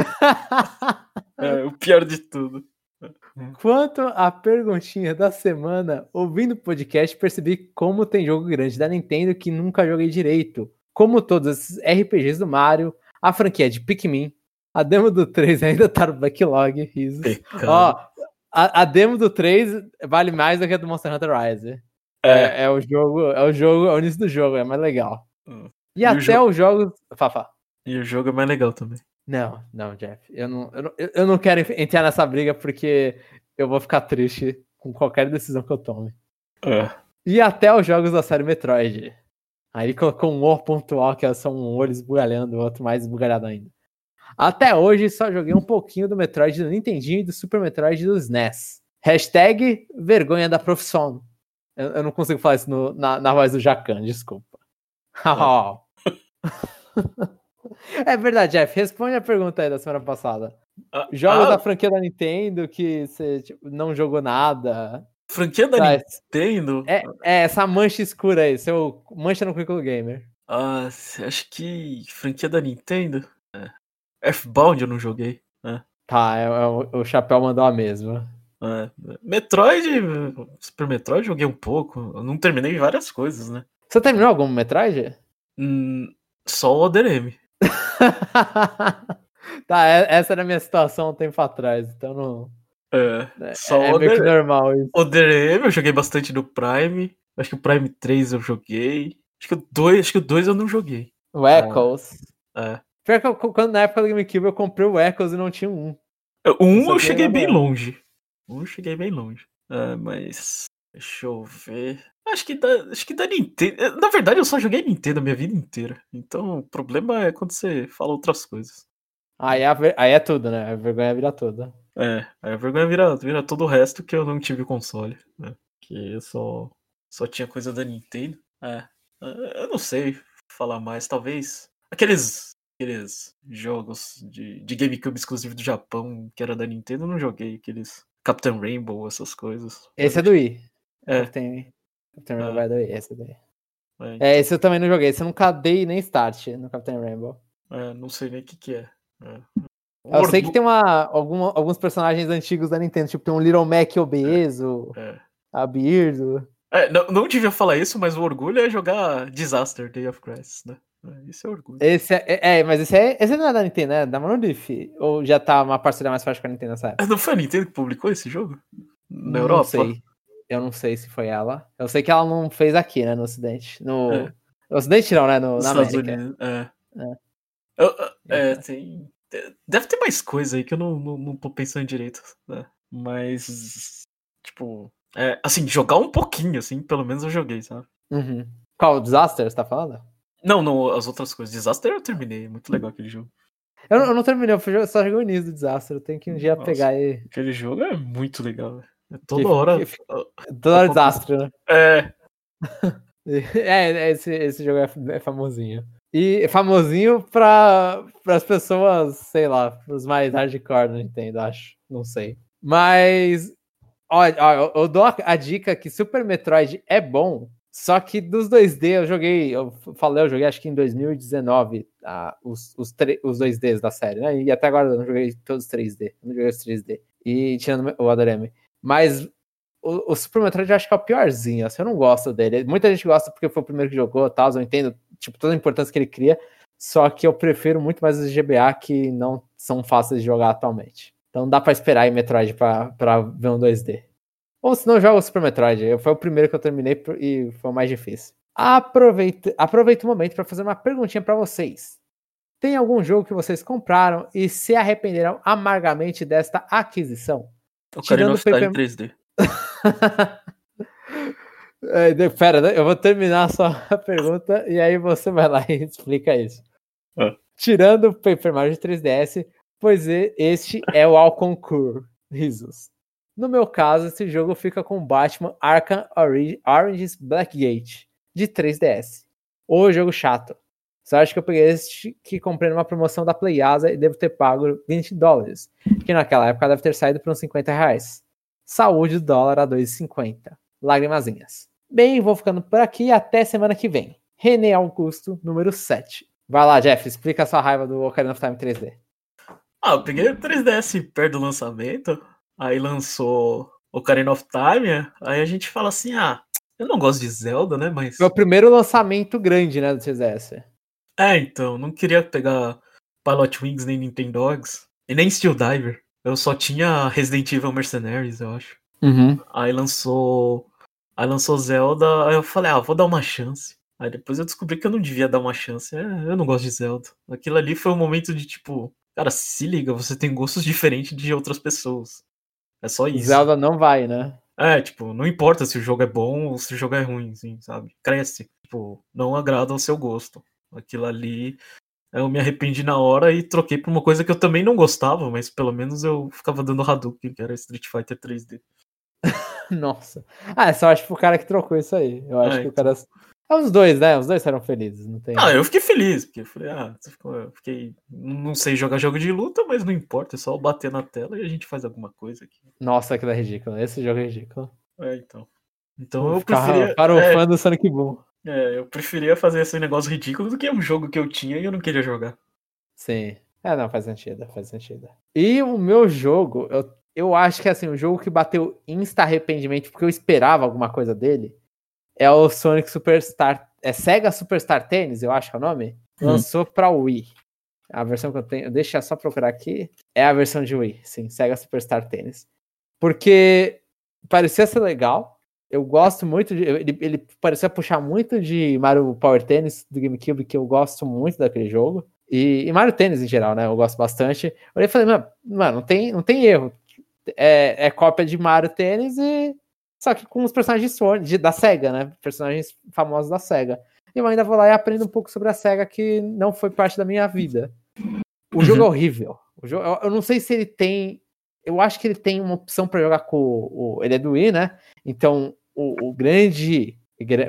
O pior de tudo. Quanto à perguntinha da semana, ouvindo o podcast, percebi como tem jogo grande da Nintendo que nunca joguei direito. Como todos esses RPGs do Mario, a franquia de Pikmin, a demo do 3 ainda tá no backlog, risos. A demo do 3 vale mais do que a do Monster Hunter Rise. É o início do jogo, é mais legal. E até os jogos... Fafá. E o jogo é mais legal também. Não, Jeff. Eu não quero entrar nessa briga porque eu vou ficar triste com qualquer decisão que eu tome. E até os jogos da série Metroid. Aí ele colocou um O pontual, que é só um olho esbugalhando, o outro mais esbugalhado ainda. Até hoje só joguei um pouquinho do Metroid do Nintendinho e do Super Metroid do SNES. Hashtag vergonha da profissão. Eu não consigo falar isso na voz do Jacan, desculpa. É verdade, Jeff. Responde a pergunta aí da semana passada. Jogos da franquia da Nintendo que você não jogou nada. Franquia da Nintendo? É essa mancha escura aí, seu mancha no currículo gamer. Acho que franquia da Nintendo? Earthbound eu não joguei. Tá, o Chapéu mandou a mesma. Metroid, Super Metroid joguei um pouco. Eu não terminei várias coisas, né? Você terminou algum Metroid? Só o Other M. Tá, essa era a minha situação um tempo atrás, então não. Só é meio que normal isso. Other M eu joguei bastante do Prime. Acho que o Prime 3 eu joguei. Acho que o 2 eu não joguei. O Echoes. Pior que quando na época do GameCube eu comprei o Echoes e não tinha um. Eu cheguei bem longe. Mas. Deixa eu ver. Acho que da Nintendo. Na verdade, eu só joguei Nintendo a minha vida inteira. Então, o problema é quando você fala outras coisas. Aí é tudo, né? A vergonha vira toda. Aí a vergonha vira todo o resto que eu não tive console. Né? Que eu só tinha coisa da Nintendo. Eu não sei falar mais. Talvez. Aqueles jogos de GameCube exclusivo do Japão, que era da Nintendo, eu não joguei. Aqueles Captain Rainbow, essas coisas. Esse é do Wii. Captain Rainbow é do Wii, esse é do Wii. Esse eu também não joguei. Esse eu nunca dei nem start no Captain Rainbow. Não sei nem o que é. Eu sei que tem alguns personagens antigos da Nintendo, tipo tem um Little Mac obeso, a Beardo. Não devia falar isso, mas o orgulho é jogar Disaster Day of Crisis, né? Isso é orgulho. Mas esse não é da Nintendo, né? Da Monolith? Ou já tá uma parceria mais forte com a Nintendo nessa época? Não foi a Nintendo que publicou esse jogo? Na Europa? Não sei. Eu não sei se foi ela. Eu sei que ela não fez aqui, né? No Ocidente. No Ocidente não, né? Na Estados América. Unidos. Tem... Deve ter mais coisa aí que eu não tô pensando direito, né? Mas, tipo... assim, jogar um pouquinho, assim, pelo menos eu joguei, sabe? Uhum. Qual? O Disaster, você tá falando? Não, as outras coisas. Disaster eu terminei, muito legal aquele jogo. Eu não terminei, eu só joguei o início do Disaster. Eu tenho que um dia pegar e... Aquele jogo é muito legal, velho. Toda hora... Toda hora Disaster, né? É. Esse jogo é famosinho. E famosinho para as pessoas, sei lá, pros mais hardcore, não entendo, acho. Não sei. Mas, olha, eu dou a dica que Super Metroid é bom, só que dos 2D eu joguei acho que em 2019 os 2Ds da série, né? E até agora eu não joguei todos os 3D. Eu não joguei os 3D. E tirando o Other M. Mas o Super Metroid eu acho que é o piorzinho, assim, eu não gosto dele. Muita gente gosta porque foi o primeiro que jogou, tal, eu entendo, tipo, toda a importância que ele cria, só que eu prefiro muito mais os GBA que não são fáceis de jogar atualmente. Então dá pra esperar em Metroid pra ver um 2D. Ou se não, joga o Super Metroid. Foi o primeiro que eu terminei e foi o mais difícil. Aproveita o momento para fazer uma perguntinha para vocês. Tem algum jogo que vocês compraram e se arrependeram amargamente desta aquisição? Ocarina of Time 3D. Pera, eu vou terminar só a pergunta e aí você vai lá e explica isso. Tirando o Paper Mario 3DS, pois este é o Alconcourt. Risos. No meu caso, esse jogo fica com Batman Arkham Origins Blackgate, de 3DS. O jogo chato. Só acho que eu peguei este que comprei numa promoção da PlayAsia e devo ter pago $20, que naquela época deve ter saído por uns R$50. Saúde, dólar a 2,50. Lágrimazinhas. Bem, vou ficando por aqui até semana que vem. René Augusto, número 7. Vai lá, Jeff, explica a sua raiva do Ocarina of Time 3D. Eu peguei o 3DS perto do lançamento, aí lançou Ocarina of Time, aí a gente fala assim, eu não gosto de Zelda, né, mas... Foi o primeiro lançamento grande, né, do 3DS. Então, não queria pegar Pilot Wings nem Nintendo Dogs, e nem Steel Diver. Eu só tinha Resident Evil Mercenaries, eu acho. Uhum. Aí lançou Zelda, aí eu falei, vou dar uma chance. Aí depois eu descobri que eu não devia dar uma chance. Eu não gosto de Zelda. Aquilo ali foi um momento de tipo, cara, se liga, você tem gostos diferentes de outras pessoas. É só isso. Zelda não vai, né? Tipo, não importa se o jogo é bom ou se o jogo é ruim, assim, sabe? Cresce. Tipo, não agrada ao seu gosto. Aquilo ali, eu me arrependi na hora e troquei pra uma coisa que eu também não gostava, mas pelo menos eu ficava dando Hadouken, que era Street Fighter 3D. Nossa. Ah, só acho que o cara que trocou isso aí. Eu acho que o cara. Os dois, né? Os dois serão felizes, não tem. Eu fiquei feliz, porque eu falei, eu fiquei. Não sei jogar jogo de luta, mas não importa, é só bater na tela e a gente faz alguma coisa aqui. Nossa, aquilo é ridículo. Esse jogo é ridículo. Então. Então Vou eu ficar preferia. para o fã do Sonic Boom. Eu preferia fazer esse negócio ridículo do que um jogo que eu tinha e eu não queria jogar. Sim. Não, faz sentido, faz sentido. E o meu jogo, eu acho que assim, o jogo que bateu insta arrependimento, porque eu esperava alguma coisa dele, é o Sonic Superstar. É Sega Superstar Tennis, eu acho que é o nome. Lançou pra Wii. A versão que eu tenho. Deixa eu só procurar aqui. É a versão de Wii, sim, Sega Superstar Tennis. Porque parecia ser legal. Eu gosto muito de. Ele parecia puxar muito de Mario Power Tennis do GameCube, que eu gosto muito daquele jogo. E Mario Tennis em geral, né? Eu gosto bastante. Eu olhei e falei, mano, não tem erro. É cópia de Mario Tennis e. Só que com os personagens da SEGA, né? Personagens famosos da SEGA. E eu ainda vou lá e aprendo um pouco sobre a SEGA, que não foi parte da minha vida. O jogo é horrível. Eu não sei se ele tem. Eu acho que ele tem uma opção para jogar com ele é do Wii, né? Então, o grande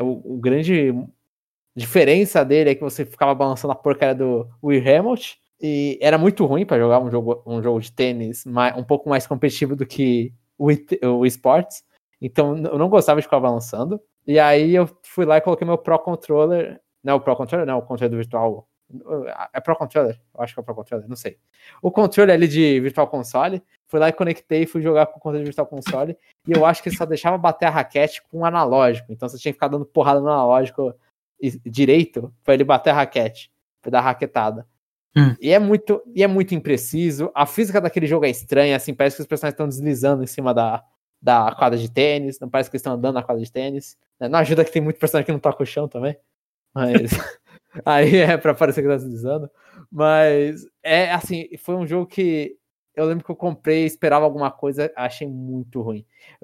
diferença dele é que você ficava balançando a porcaria do Wii Remote. E era muito ruim para jogar um jogo de tênis um pouco mais competitivo do que o esportes. Então, eu não gostava de ficar balançando. E aí eu fui lá e coloquei meu Pro Controller. Não, o Pro Controller não, o controller virtual. É Pro Controller? Eu acho que é o Pro Controller, não sei. O controle ali de Virtual Console. Fui lá e conectei e fui jogar com o controle de Virtual Console. E eu acho que ele só deixava bater a raquete com o analógico. Então você tinha que ficar dando porrada no analógico direito pra ele bater a raquete. Pra dar a raquetada. E é muito impreciso. A física daquele jogo é estranha, assim, parece que os personagens estão deslizando em cima da quadra de tênis, não parece que eles estão andando na quadra de tênis. Não ajuda que tem muito personagem que não toca o chão também. Mas aí é pra parecer que tá deslizando. Mas é assim, foi um jogo que eu lembro que eu comprei, esperava alguma coisa, achei muito ruim.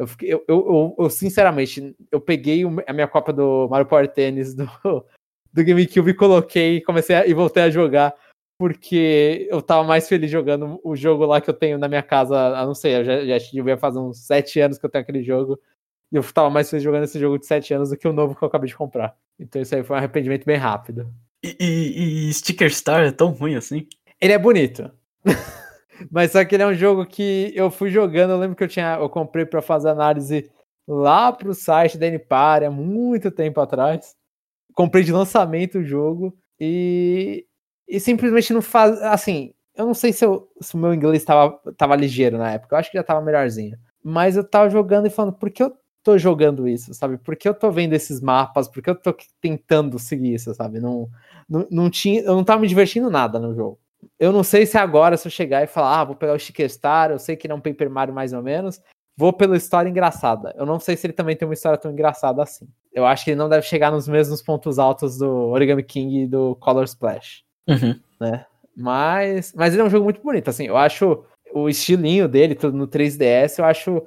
Eu sinceramente, eu peguei a minha cópia do Mario Power Tennis do GameCube e coloquei e voltei a jogar, porque eu tava mais feliz jogando o jogo lá que eu tenho na minha casa, não sei, eu já devia fazer uns 7 anos que eu tenho aquele jogo, e eu tava mais feliz jogando esse jogo de 7 anos do que o novo que eu acabei de comprar. Então isso aí foi um arrependimento bem rápido. E Sticker Star é tão ruim assim? Ele é bonito. Mas só que ele é um jogo que eu fui jogando, eu lembro que eu comprei pra fazer análise lá pro site da NPAR há muito tempo atrás. Comprei de lançamento o jogo e simplesmente não faz. Assim, eu não sei se o meu inglês tava ligeiro na época, eu acho que já tava melhorzinho. Mas eu tava jogando e falando, por que eu tô jogando isso, sabe? Por que eu tô vendo esses mapas? Por que eu tô tentando seguir isso, sabe? Eu não tava me divertindo nada no jogo. Eu não sei se agora, se eu chegar e falar, vou pegar o Sticker Star, eu sei que ele é um Paper Mario mais ou menos, vou pela história engraçada. Eu não sei se ele também tem uma história tão engraçada assim. Eu acho que ele não deve chegar nos mesmos pontos altos do Origami King e do Color Splash. Né? Mas ele é um jogo muito bonito, assim, eu acho o estilinho dele, tudo no 3DS, eu acho...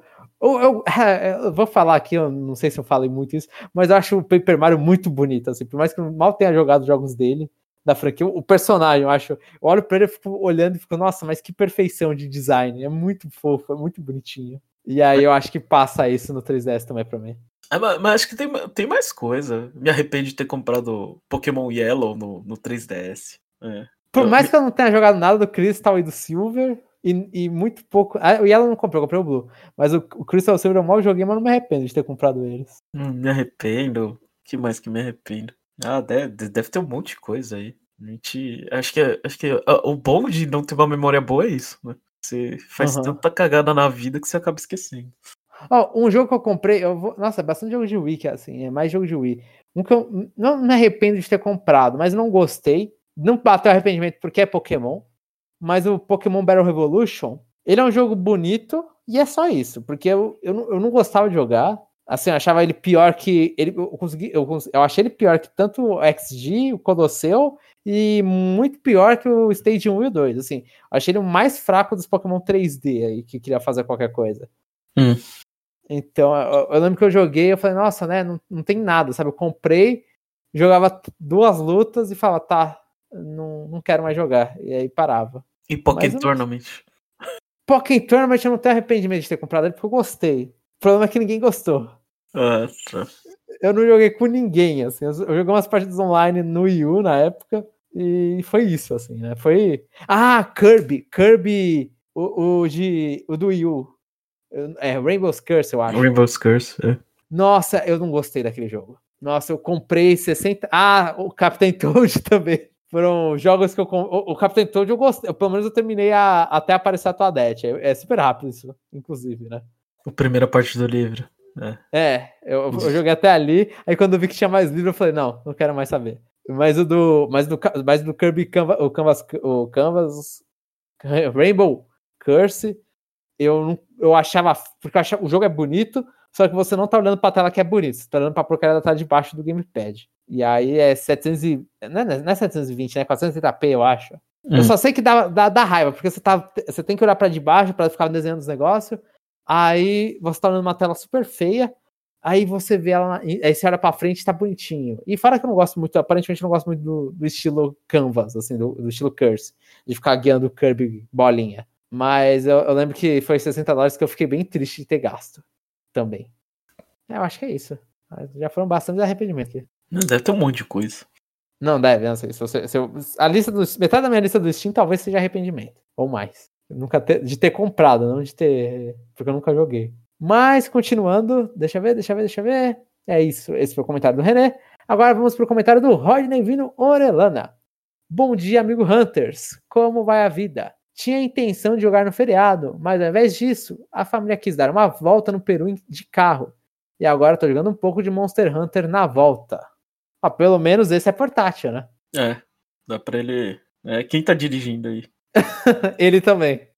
Eu vou falar aqui, eu não sei se eu falei muito isso, mas eu acho o Paper Mario muito bonito, assim, por mais que eu mal tenha jogado jogos dele, da franquia, o personagem, eu olho pra ele e fico olhando e fico, nossa, mas que perfeição de design, é muito fofo, é muito bonitinho. E aí eu acho que passa isso no 3DS também pra mim. Mas acho que tem mais coisa. Me arrependo de ter comprado Pokémon Yellow no 3DS. Por mais que eu não tenha jogado nada do Crystal e do Silver, e muito pouco. O Yellow não comprei, eu comprei o Blue. Mas o Crystal e o Silver eu mal joguei, mas não me arrependo de ter comprado eles. Me arrependo. O que mais que me arrependo? Deve ter um monte de coisa aí. Acho que o bom de não ter uma memória boa é isso, né? Você faz tanta cagada na vida que você acaba esquecendo. Um jogo que eu comprei, nossa, é bastante jogo de Wii, assim, é mais jogo de Wii. Um que eu não me arrependo de ter comprado, mas não gostei. Não bateu arrependimento porque é Pokémon. Mas o Pokémon Battle Revolution, ele é um jogo bonito e é só isso. Porque eu não gostava de jogar. Assim, eu achava ele pior que... Eu achei ele pior que tanto o XG, o Colosseu, e muito pior que o Stage 1 e o 2. Assim, eu achei ele o mais fraco dos Pokémon 3D aí, que queria fazer qualquer coisa. Então, eu lembro que eu joguei, eu falei, nossa, né, não tem nada, sabe? Eu comprei, jogava 2 lutas e falava, tá, não quero mais jogar. E aí parava. E Pokémon Tournament? Pokémon Tournament eu não tenho arrependimento de ter comprado ele, porque eu gostei. O problema é que ninguém gostou. Tá. Eu não joguei com ninguém, assim. Eu joguei umas partidas online no Wii U na época, e foi isso, assim, né? Foi... Ah, Kirby, o do Wii U. Rainbow's Curse, eu acho. Rainbow's Curse, é. Nossa, eu não gostei daquele jogo. Nossa, eu comprei 60... Ah, o Captain Toad também. Foram jogos que eu... O Captain Toad eu gostei. Pelo menos eu terminei até aparecer a Toadette. É super rápido isso, inclusive, né? A primeira parte do livro. Eu joguei até ali. Aí quando eu vi que tinha mais livro, eu falei, não quero mais saber. Mas do Kirby Canvas Rainbow Curse, eu achava... Porque o jogo é bonito, só que você não tá olhando pra tela que é bonito, você tá olhando pra porcaria da tela de baixo do gamepad. E aí é 700 não é 720, né? 480p, eu acho. Eu só sei que dá raiva, porque você tem que olhar pra de baixo pra ficar desenhando os negócios. Aí você tá olhando uma tela super feia. Aí você vê ela, aí você olha pra frente e tá bonitinho. E fora que eu não gosto muito, aparentemente eu não gosto muito do estilo Canvas, assim, do estilo Curse, de ficar guiando o Kirby bolinha. Mas eu lembro que foi $60 que eu fiquei bem triste de ter gasto também. Eu acho que é isso. Já foram bastante arrependimentos aqui. Deve ter um monte de coisa. Não, deve, não sei. Metade da minha lista do Steam talvez seja arrependimento. Ou mais. De ter comprado, não de ter... Porque eu nunca joguei. Mas, continuando, deixa eu ver. É isso, esse foi o comentário do René. Agora vamos pro comentário do Rodney Vino Orelana. Bom dia, amigo Hunters. Como vai a vida? Tinha a intenção de jogar no feriado, mas ao invés disso, a família quis dar uma volta no Peru de carro. E agora tô jogando um pouco de Monster Hunter na volta. Pelo menos esse é portátil, né? Dá pra ele... quem tá dirigindo aí? Ele também.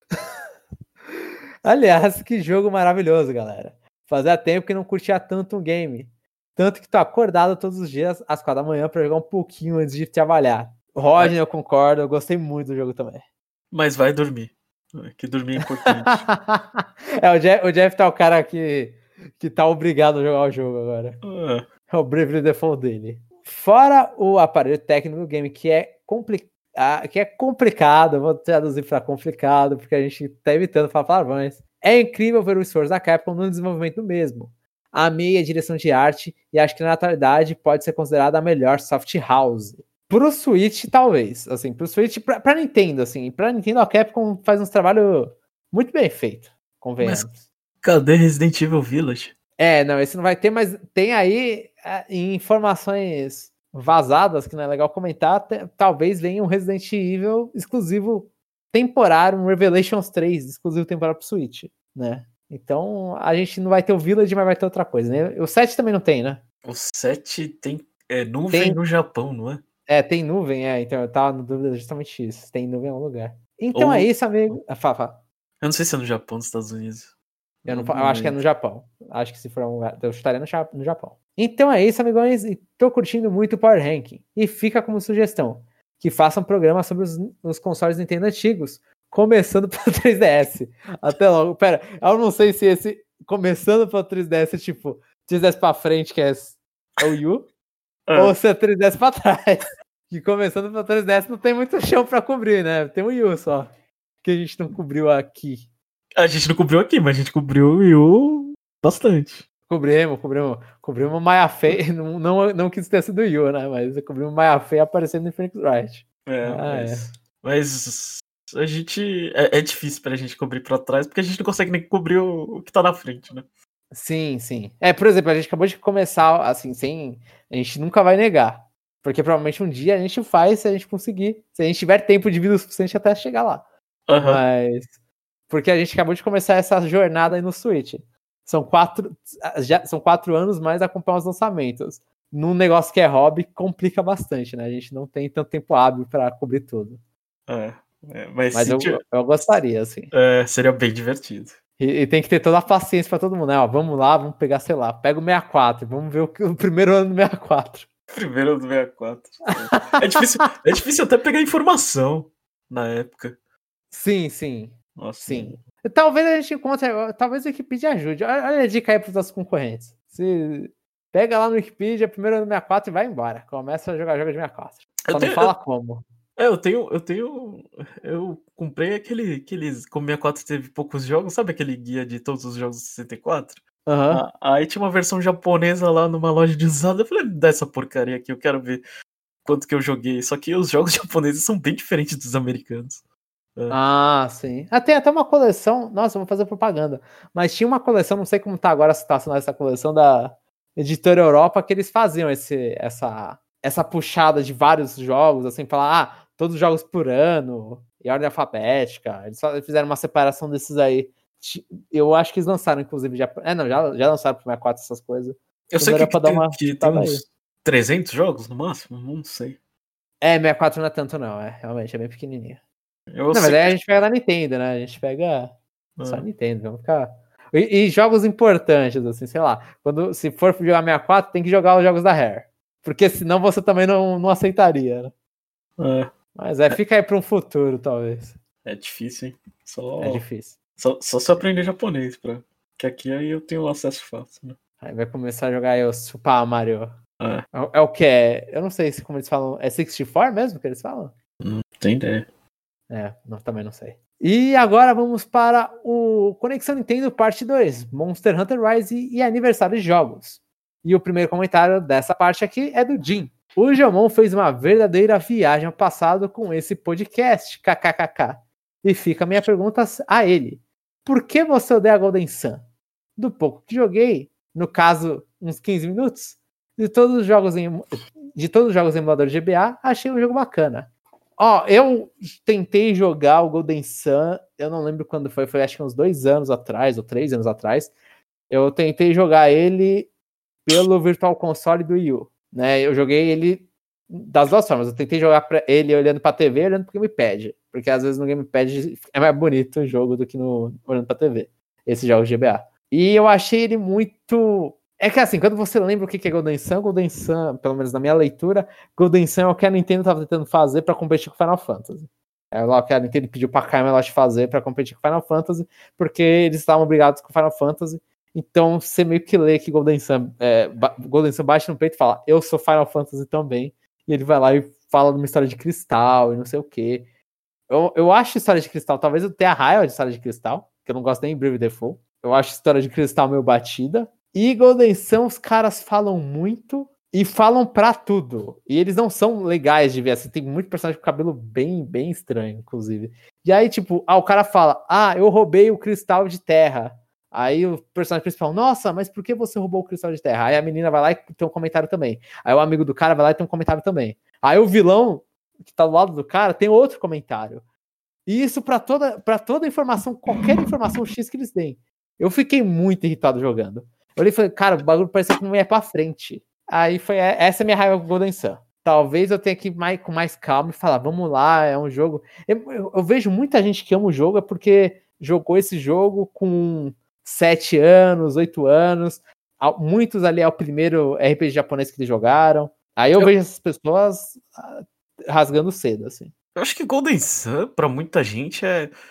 Aliás, que jogo maravilhoso, galera. Fazia tempo que não curtia tanto um game. Tanto que tô acordado todos os dias às 4 da manhã pra jogar um pouquinho antes de trabalhar. Rodney, eu concordo, eu gostei muito do jogo também. Mas vai dormir. Que dormir é importante. O Jeff tá o cara que tá obrigado a jogar o jogo agora. É o Bravely Default dele. Fora o aparelho técnico do game, que é complicado, vou traduzir para complicado, porque a gente tá evitando falar palavrões. É incrível ver o esforço da Capcom no desenvolvimento do mesmo. Amei a direção de arte e acho que na atualidade pode ser considerada a melhor soft house. Pro Switch, talvez. Assim, pro Switch, pra Nintendo, assim. Pra Nintendo, a Capcom faz uns trabalhos muito bem feitos, convenhamos. Mas cadê Resident Evil Village? Não, esse não vai ter, mas tem aí informações vazadas, que não é legal comentar, talvez venha um Resident Evil exclusivo temporário, um Revelations 3 exclusivo temporário pro Switch, né? Então, a gente não vai ter o Village, mas vai ter outra coisa, né? O 7 também não tem, né? O 7 tem nuvem no Japão, não é? Tem nuvem, então eu tava na dúvida justamente isso. Tem nuvem em algum lugar. Então é isso, amigo. Fala. Eu não sei se é no Japão ou nos Estados Unidos. Eu acho que é no Japão. Acho que se for um lugar, eu estaria no Japão. Então é isso, amigões. E tô curtindo muito o Power Ranking. E fica como sugestão que façam um programa sobre os consoles Nintendo antigos, começando pelo 3DS. Até logo. Pera, eu não sei se esse começando pelo 3DS é tipo 3DS pra frente, que é o Wii U, ou se é 3DS pra trás. Que começando pelo 3DS não tem muito chão pra cobrir, né? Tem o Wii U só. Que a gente não cobriu aqui. A gente não cobriu aqui, mas a gente cobriu o Wii U bastante. Cobrimos Maia Fei. Não quis ter sido o Wii U, né? Mas cobrimos Maia Fei aparecendo em Phoenix Wright. Mas a gente... É difícil pra gente cobrir pra trás, porque a gente não consegue nem cobrir o que tá na frente, né? Sim. Por exemplo, a gente acabou de começar, assim, a gente nunca vai negar. Porque provavelmente um dia a gente faz se a gente conseguir. Se a gente tiver tempo de vida o suficiente até chegar lá. Mas... Porque a gente acabou de começar essa jornada aí no Switch. São 4 anos mais acompanhar os lançamentos. Num negócio que é hobby, complica bastante, né? A gente não tem tanto tempo hábil pra cobrir tudo. Mas eu gostaria, assim. Seria bem divertido. E tem que ter toda a paciência pra todo mundo, né? Ó, vamos lá, vamos pegar, sei lá, pega o 64, vamos ver o primeiro ano do 64. Primeiro do 64. É difícil até pegar informação na época. Sim. Nossa. Sim. Talvez a gente encontre, talvez a Wikipedia ajude. Olha a dica aí pros nossos concorrentes. Se pega lá no Wikipedia, primeiro ano do 64 e vai embora. Começa a jogar jogos de 64. Só não fala como. Eu comprei aqueles. Como 64 teve poucos jogos, sabe aquele guia de todos os jogos do 64? Aham. Aí tinha uma versão japonesa lá numa loja de usado. Eu falei, me dá essa porcaria aqui, eu quero ver quanto que eu joguei. Só que os jogos japoneses são bem diferentes dos americanos. Ah, sim. Tem até uma coleção. Nossa, eu vou fazer propaganda. Mas tinha uma coleção, não sei como tá agora a situação dessa coleção da Editora Europa, que eles faziam essa puxada de vários jogos, assim, falar, todos os jogos por ano, em ordem alfabética. Eles fizeram uma separação desses aí. Eu acho que eles lançaram, inclusive, já lançaram pro 64 essas coisas. Eu sei que tem uns 300 jogos no máximo, não sei. 64 não é tanto não, realmente, é bem pequenininho. Não, mas aí a gente pega na Nintendo, né? A gente pega só a Nintendo, vamos ficar... E jogos importantes, assim, sei lá. Se for jogar 64, tem que jogar os jogos da Rare. Porque senão você também não aceitaria, né? Mas fica aí para um futuro, talvez. É difícil, hein? É difícil. Só se aprender japonês, que aqui aí eu tenho acesso fácil, né? Aí vai começar a jogar aí o Super Mario. É o que é? Eu não sei como eles falam. É 64 mesmo que eles falam? Não tem ideia. Também não sei. E agora vamos para o Conexão Nintendo Parte 2, Monster Hunter Rise e aniversário de jogos. E o primeiro comentário dessa parte aqui é do Jim. O Jomon fez uma verdadeira viagem ao passado com esse podcast, kkkk. E fica a minha pergunta a ele. Por que você odeia a Golden Sun? Do pouco que joguei, no caso, uns 15 minutos, de todos os jogos emuladores de GBA, achei um jogo bacana. Eu tentei jogar o Golden Sun, eu não lembro quando foi acho que uns 2 anos atrás, ou 3 anos atrás. Eu tentei jogar ele pelo Virtual Console do Wii U, né? Eu joguei ele das duas formas. Eu tentei jogar ele olhando pra TV e olhando pro Gamepad, porque às vezes no Gamepad é mais bonito o jogo do que olhando pra TV, esses jogos de GBA. E eu achei ele muito... É que assim, quando você lembra o que é Golden Sun, pelo menos na minha leitura, Golden Sun é o que a Nintendo estava tentando fazer para competir com Final Fantasy. É o que a Nintendo pediu para Camelot fazer para competir com Final Fantasy, porque eles estavam brigados com Final Fantasy. Então você meio que lê que Golden Sun bate no peito e fala, eu sou Final Fantasy também. E ele vai lá e fala de uma história de cristal e não sei o quê. Eu acho história de cristal, talvez eu tenha raiva de história de cristal, que eu não gosto nem de Brave Default. Eu acho história de cristal meio batida. E Golden Sun, os caras falam muito e falam pra tudo. E eles não são legais de ver, assim, tem muito personagem com cabelo bem, bem estranho, inclusive. E aí, tipo, o cara fala, eu roubei o cristal de terra. Aí o personagem principal, nossa, mas por que você roubou o cristal de terra? Aí a menina vai lá e tem um comentário também. Aí o amigo do cara vai lá e tem um comentário também. Aí o vilão, que tá do lado do cara, tem outro comentário. E isso pra toda informação, qualquer informação X que eles deem. Eu fiquei muito irritado jogando. Eu olhei e falei, cara, o bagulho parecia que não ia pra frente. Aí foi essa minha raiva com o Golden Sun. Talvez eu tenha que ir com mais calma e falar, vamos lá, é um jogo... Eu vejo muita gente que ama o jogo é porque jogou esse jogo com 7 anos, 8 anos. Muitos ali é o primeiro RPG japonês que eles jogaram. Aí eu vejo essas pessoas rasgando cedo, assim. Eu acho que Golden Sun, pra muita gente,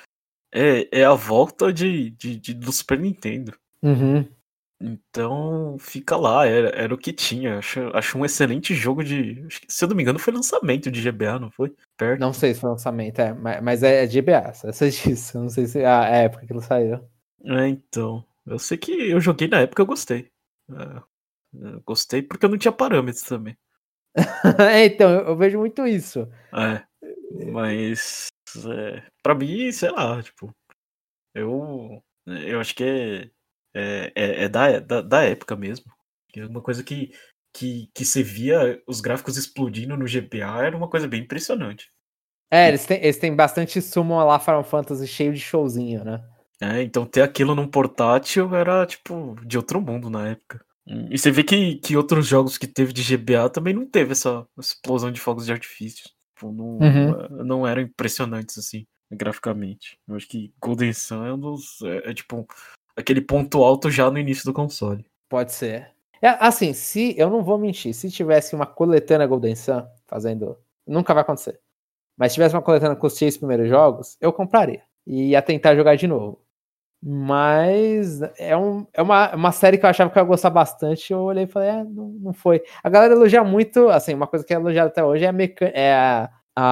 é a volta do Super Nintendo. Uhum. Então, fica lá, era o que tinha. Acho um excelente jogo acho que, se eu não me engano, foi lançamento de GBA, não foi? Perto. Não sei se foi lançamento, mas é de GBA, eu sei disso. Eu não sei se é a época que ele saiu. Então. Eu sei que eu joguei na época, eu gostei. Eu gostei porque eu não tinha parâmetros também. Então, eu vejo muito isso. Mas pra mim, sei lá, tipo, eu acho que é da época mesmo. É uma coisa que você via os gráficos explodindo no GBA era uma coisa bem impressionante. Eles têm bastante summon lá Final Fantasy cheio de showzinho, né? Então ter aquilo num portátil era, tipo, de outro mundo na época. E você vê que outros jogos que teve de GBA também não teve essa explosão de fogos de artifício. Tipo, não eram impressionantes, assim. graficamente. Eu acho que Golden Sun é um dos. É tipo aquele ponto alto já no início do console. Pode ser. Assim, se eu não vou mentir, se tivesse uma coletânea Golden Sun fazendo. Nunca vai acontecer. Mas se tivesse uma coletânea com os 6 primeiros jogos, eu compraria. E ia tentar jogar de novo. Mas é uma série que eu achava que eu ia gostar bastante. Eu olhei e falei, não foi. A galera elogia muito, assim, uma coisa que é elogiada até hoje é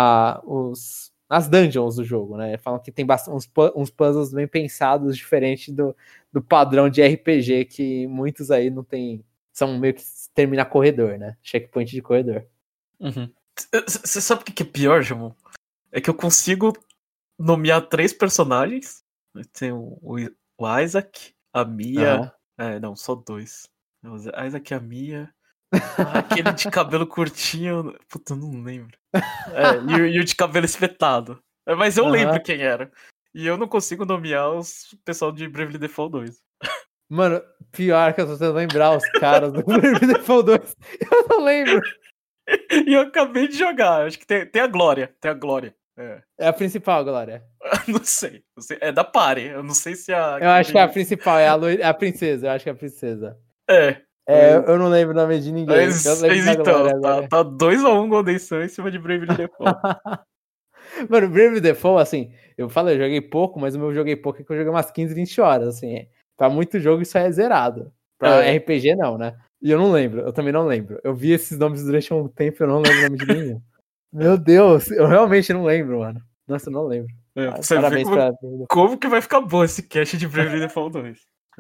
as dungeons do jogo, né? Falam que tem uns puzzles bem pensados, diferente do padrão de RPG que muitos aí não tem. São meio que termina corredor, né? Checkpoint de corredor. Você sabe o que é pior, Jamon? É que eu consigo nomear 3 personagens. Tem o Isaac, a Mia. Não, só 2. O Isaac e a Mia. Aquele de cabelo curtinho. Puta, eu não lembro. E o de cabelo espetado. Mas eu lembro quem era. E eu não consigo nomear os pessoal de Bravely Default 2. Mano, pior que eu tô tentando lembrar os caras do Bravely Default 2. Eu não lembro. E eu acabei de jogar. Acho que tem a Glória. Tem a Glória. É a principal, Glória. Não sei. É da Party. Eu não sei se a. Eu acho que é a principal, é a princesa. Eu acho que é a princesa. Eu não lembro o nome de ninguém. Mas então, tá 2-1 Golden Sun em cima de Bravely Default. Mano, Bravely Default, assim, eu joguei pouco, mas o meu joguei pouco é que eu joguei umas 15, 20 horas, assim. Pra muito jogo isso aí é zerado. Pra RPG não, né? E eu não lembro, eu também não lembro. Eu vi esses nomes durante um tempo e eu não lembro o nome de nenhum. Meu Deus, eu realmente não lembro, mano. Nossa, eu não lembro. Parabéns como que vai ficar bom esse cast de Bravely Default 2.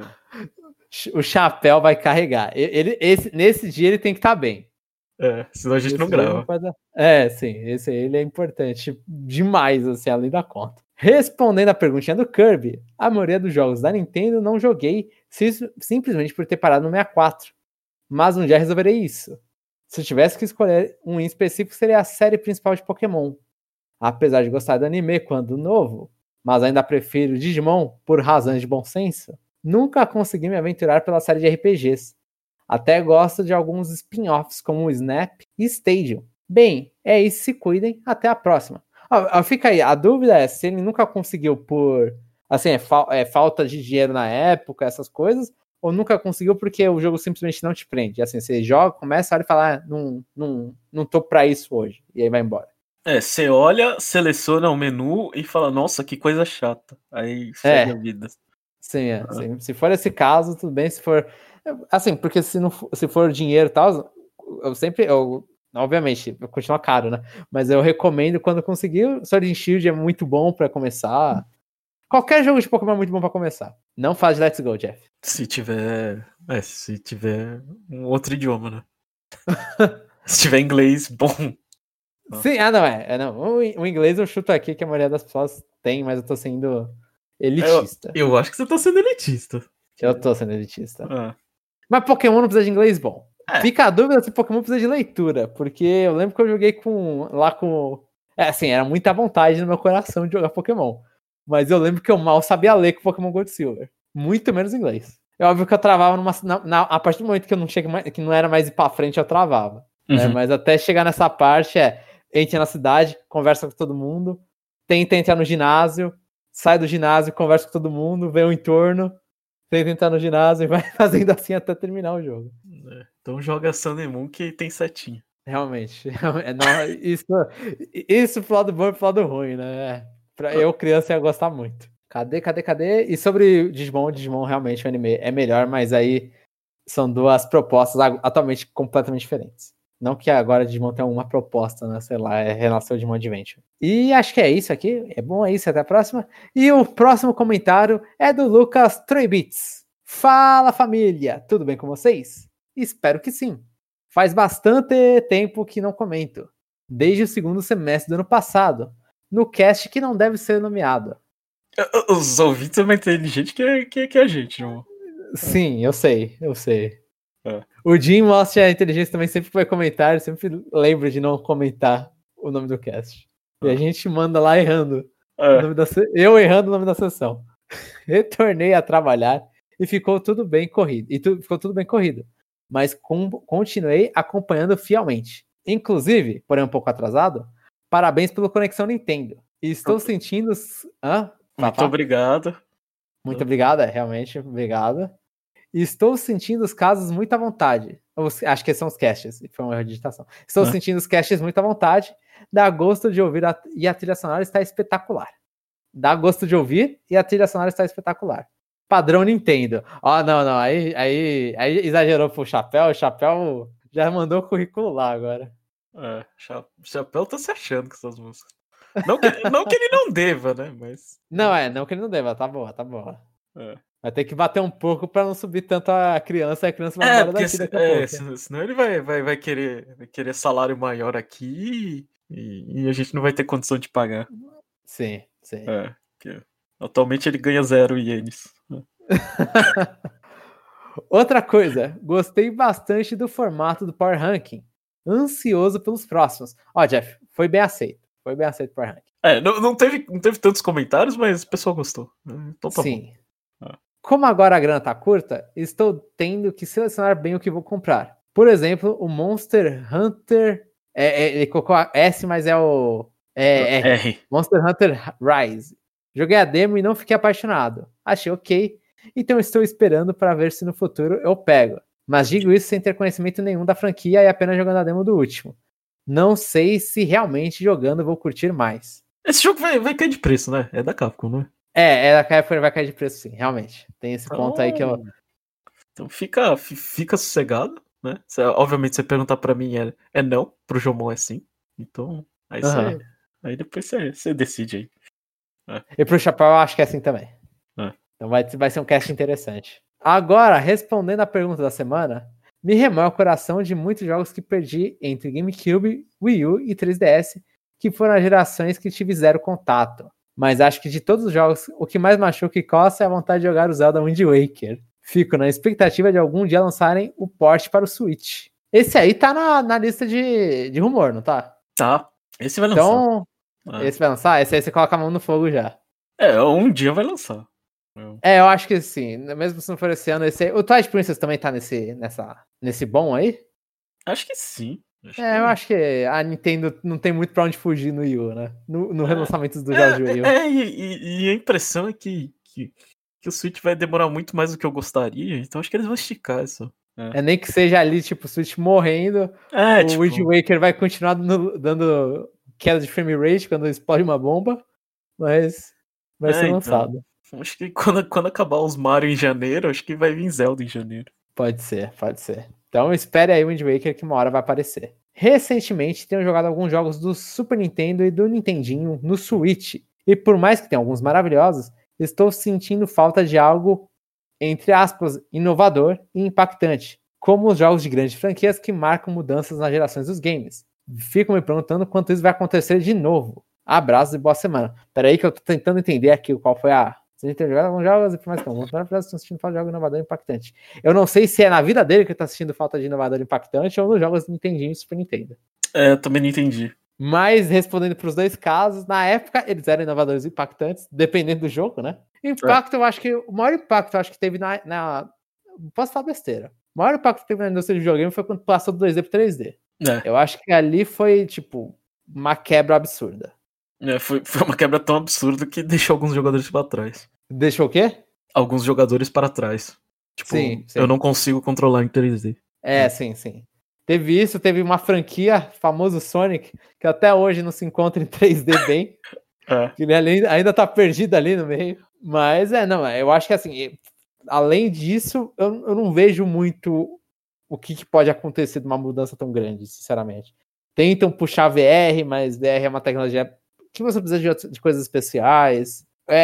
O chapéu vai carregar. Nesse dia ele tem que estar bem. Senão a gente não grava. Sim, esse aí ele é importante demais, assim, além da conta. Respondendo a perguntinha do Kirby, a maioria dos jogos da Nintendo não joguei simplesmente por ter parado no 64. Mas um dia resolverei isso. Se eu tivesse que escolher um em específico, seria a série principal de Pokémon. Apesar de gostar do anime quando novo, mas ainda prefiro Digimon por razões de bom senso, nunca consegui me aventurar pela série de RPGs. Até gosto de alguns spin-offs como o Snap e Stadium. Bem, é isso, se cuidem, até a próxima. Fica aí, a dúvida é se ele nunca conseguiu por... Assim, falta de dinheiro na época, essas coisas, ou nunca conseguiu porque o jogo simplesmente não te prende. Assim, você joga, começa a olhar e fala, não tô pra isso hoje, e aí vai embora. Você olha, seleciona o menu e fala, nossa, que coisa chata. Aí segue a vida. Sim, sim. Se for esse caso, tudo bem. Se for... Assim, porque se for dinheiro e tal, obviamente, continua caro, né? Mas eu recomendo quando conseguir. O Sword and Shield é muito bom pra começar. Qualquer jogo de Pokémon é muito bom pra começar. Não faz Let's Go, Jeff. Se tiver um outro idioma, né? Se tiver inglês, bom. Sim, não. O inglês eu chuto aqui que a maioria das pessoas tem, mas eu tô sendo elitista. Eu acho que você tá sendo elitista. Eu tô sendo elitista. Mas Pokémon não precisa de inglês bom. Fica a dúvida se Pokémon precisa de leitura, porque eu lembro que eu joguei lá com... assim, era muita vontade no meu coração de jogar Pokémon. Mas eu lembro que eu mal sabia ler com Pokémon Gold e Silver. Muito menos inglês. É óbvio que eu travava a partir do momento que eu não cheguei que não era mais ir pra frente, eu travava. Né? Mas até chegar nessa parte, entra na cidade, conversa com todo mundo, tenta entrar no ginásio, sai do ginásio, conversa com todo mundo, vê o entorno, tenta entrar no ginásio e vai fazendo assim até terminar o jogo. Então joga Sun and Moon que tem setinha. Realmente. Isso pro lado bom e pro lado ruim, né? Pra eu, criança, ia gostar muito. Cadê? E sobre Digimon realmente o anime é melhor, mas aí são duas propostas atualmente completamente diferentes. Não que agora Digimon tenha uma proposta, né? Sei lá, Renasceu Digimon Adventure. E acho que é isso aqui. É bom, é isso. Até a próxima. E o próximo comentário é do Lucas Troibits. Fala, família! Tudo bem com vocês? Espero que sim. Faz bastante tempo que não comento. Desde o segundo semestre do ano passado. No cast que não deve ser nomeado. Os ouvintes são mais inteligentes que a gente, irmão. Sim, eu sei. O Jim mostra a inteligência também, sempre vai comentar, eu sempre lembro de não comentar o nome do cast. E a gente manda lá errando. Eu errando o nome da sessão. Retornei a trabalhar e ficou tudo bem corrido. Mas continuei acompanhando fielmente. Inclusive, porém um pouco atrasado, parabéns pelo Conexão Nintendo. Estou sentindo... Muito obrigado. Muito obrigado, realmente, obrigado. Estou sentindo os casos muito à vontade. Acho que são os casts, foi uma erro de digitação. Estou sentindo os casts muito à vontade. Dá gosto de ouvir e a trilha sonora está espetacular. Dá gosto de ouvir e a trilha sonora está espetacular. Padrão Nintendo. Não. Aí exagerou pro Chapéu. O Chapéu já mandou o currículo lá agora. O Chapéu tá se achando com essas músicas. Não que ele não deva, né? Mas. Não que ele não deva. Tá boa. Vai ter que bater um pouco pra não subir tanto a criança. E a criança vai embora daqui daqui a pouco. Senão ele vai querer salário maior aqui e a gente não vai ter condição de pagar. Sim. Atualmente ele ganha 0 ienes. Outra coisa, gostei bastante do formato do Power Ranking. Ansioso pelos próximos. Jeff, foi bem aceito. Foi bem aceito o Power Ranking. Não teve tantos comentários, mas o pessoal gostou. Então tá Sim. bom. Como agora a grana tá curta, estou tendo que selecionar bem o que vou comprar. Por exemplo, o Monster Hunter... ele colocou S, mas é o... R. Monster Hunter Rise. Joguei a demo e não fiquei apaixonado. Achei ok. Então estou esperando para ver se no futuro eu pego. Mas digo isso sem ter conhecimento nenhum da franquia e apenas jogando a demo do último. Não sei se realmente jogando vou curtir mais. Esse jogo vai cair de preço, né? É da Capcom, não é? É da Capcom, vai cair de preço sim, realmente. Tem esse ponto aí que eu... Então fica sossegado, né? Obviamente você perguntar pra mim é não, pro Jomon é sim. Então, aí depois você decide aí. E pro Chapéu eu acho que é assim também. Então vai ser um cast interessante. Agora, respondendo a pergunta da semana, me remói o coração de muitos jogos que perdi entre GameCube, Wii U e 3DS, que foram as gerações que tive zero contato. Mas acho que de todos os jogos, o que mais machuca e coça é a vontade de jogar o Zelda Wind Waker. Fico na expectativa de algum dia lançarem o port para o Switch. Esse aí tá na lista de rumor, não tá? Tá. Esse vai lançar. Então, esse vai lançar? Esse aí você coloca a mão no fogo já. Um dia vai lançar. Eu acho que sim. Mesmo se não for esse ano, esse aí... O Twilight Princess também tá nesse bom aí? Acho que sim. Eu acho que a Nintendo não tem muito pra onde fugir no Wii U, né? No relançamento dos jogos de Wii U. E a impressão é que o Switch vai demorar muito mais do que eu gostaria, então acho que eles vão esticar isso. Nem que seja ali, tipo, o Switch morrendo, o Wind Waker vai continuar dando queda de frame rate quando explode uma bomba, mas vai ser lançado. Então, acho que quando acabar os Mario em janeiro, acho que vai vir Zelda em janeiro. Pode ser. Então espere aí o Wind Waker que uma hora vai aparecer. Recentemente tenho jogado alguns jogos do Super Nintendo e do Nintendinho no Switch, e por mais que tenha alguns maravilhosos, estou sentindo falta de algo, entre aspas, inovador e impactante, como os jogos de grandes franquias que marcam mudanças nas gerações dos games. Fico me perguntando quanto isso vai acontecer de novo. Abraços e boa semana. Peraí que eu tô tentando entender aqui qual foi a... Você tem jogado alguns jogos e por mais que não, estão sentindo falta de algo inovador e impactante. Eu não sei se é na vida dele que ele tá sentindo falta de inovador e impactante ou nos jogos do Nintendinho e Super Nintendo. Eu também não entendi. Mas, respondendo pros dois casos, na época eles eram inovadores e impactantes, dependendo do jogo, né? Impacto, eu acho que o maior impacto eu acho que teve na... Posso falar besteira. O maior impacto que teve na indústria de videogame foi quando passou do 2D pro 3D. Eu acho que ali foi, tipo, uma quebra absurda. Foi uma quebra tão absurda que deixou alguns jogadores para trás. Deixou o quê? Alguns jogadores para trás. Tipo, sim. Eu não consigo controlar em 3D. Sim. Teve isso, teve uma franquia, famoso Sonic, que até hoje não se encontra em 3D bem. Que ele ainda tá perdido ali no meio. Mas eu acho que assim, além disso, eu não vejo muito o que pode acontecer de uma mudança tão grande, sinceramente. Tentam puxar VR, mas VR é uma tecnologia que você precisa de coisas especiais.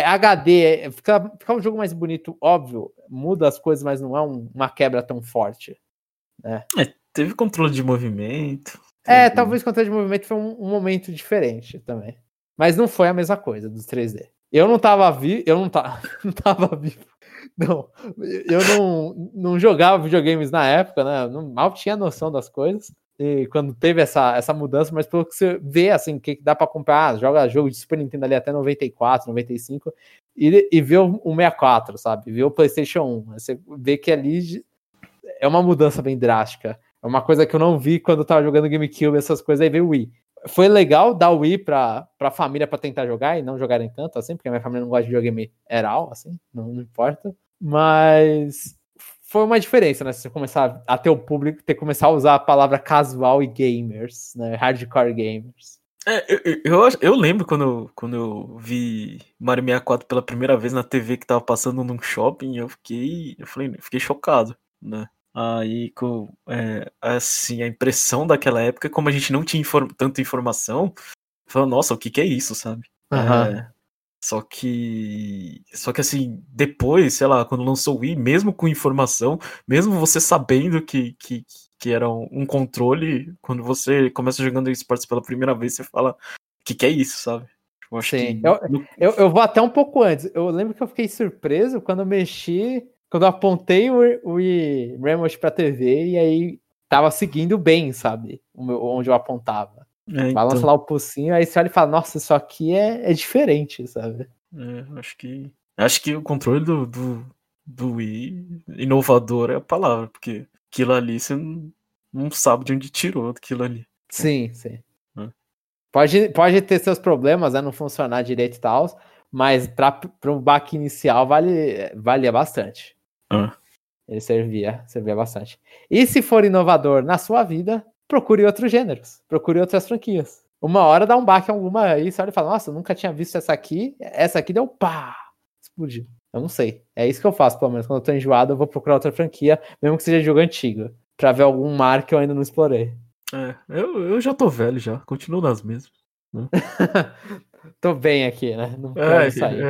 HD, fica um jogo mais bonito, óbvio, muda as coisas, mas não é uma quebra tão forte. Né? Teve controle de movimento. Talvez o controle de movimento foi um momento diferente também. Mas não foi a mesma coisa dos 3D. Eu não tava vivo. Eu não tava vivo. Não. Eu não jogava videogames na época, né? Eu mal tinha noção das coisas. E quando teve essa mudança, mas pelo que você vê, assim, que dá pra comprar, joga jogo de Super Nintendo ali até 94, 95, e vê o 64, sabe? Vê o PlayStation 1. Você vê que ali é uma mudança bem drástica. É uma coisa que eu não vi quando eu tava jogando GameCube, essas coisas, aí veio o Wii. Foi legal dar o Wii pra família pra tentar jogar e não jogarem tanto, assim, porque a minha família não gosta de videogame geral, assim, não importa. Mas foi uma diferença, né? Se você começar a ter o público, ter que começar a usar a palavra casual e gamers, né? Hardcore gamers. Eu lembro quando eu vi Mario 64 pela primeira vez na TV que tava passando num shopping, eu fiquei chocado, né? Aí, assim, a impressão daquela época, como a gente não tinha tanta informação, falou, nossa, o que é isso, sabe? Uhum. Só que assim, depois, sei lá, quando lançou o Wii, mesmo com informação, mesmo você sabendo que era um controle, quando você começa jogando esportes pela primeira vez, você fala, o que é isso, sabe? Eu acho Sim. que... Eu vou até um pouco antes. Eu lembro que eu fiquei surpreso quando eu apontei o Remote pra TV e aí tava seguindo bem, sabe? Onde eu apontava. Balança então, lá o pulsinho, aí você olha e fala, nossa, isso aqui é diferente, sabe? acho que o controle do Wii, inovador é a palavra, porque aquilo ali você não sabe de onde tirou aquilo ali. Sim, sim. Né? Pode ter seus problemas, né? Não funcionar direito e tal, mas para um baque inicial valia bastante. Ele servia bastante. E se for inovador na sua vida, procure outros gêneros, procure outras franquias. Uma hora dá um baque em alguma aí, você olha e fala, nossa, eu nunca tinha visto essa aqui deu pá, explodiu. Eu não sei. É isso que eu faço, pelo menos. Quando eu tô enjoado, eu vou procurar outra franquia, mesmo que seja jogo antigo, pra ver algum mar que eu ainda não explorei. Eu já tô velho já, continuo nas mesmas. Né? Tô bem aqui, né? Não quero sair.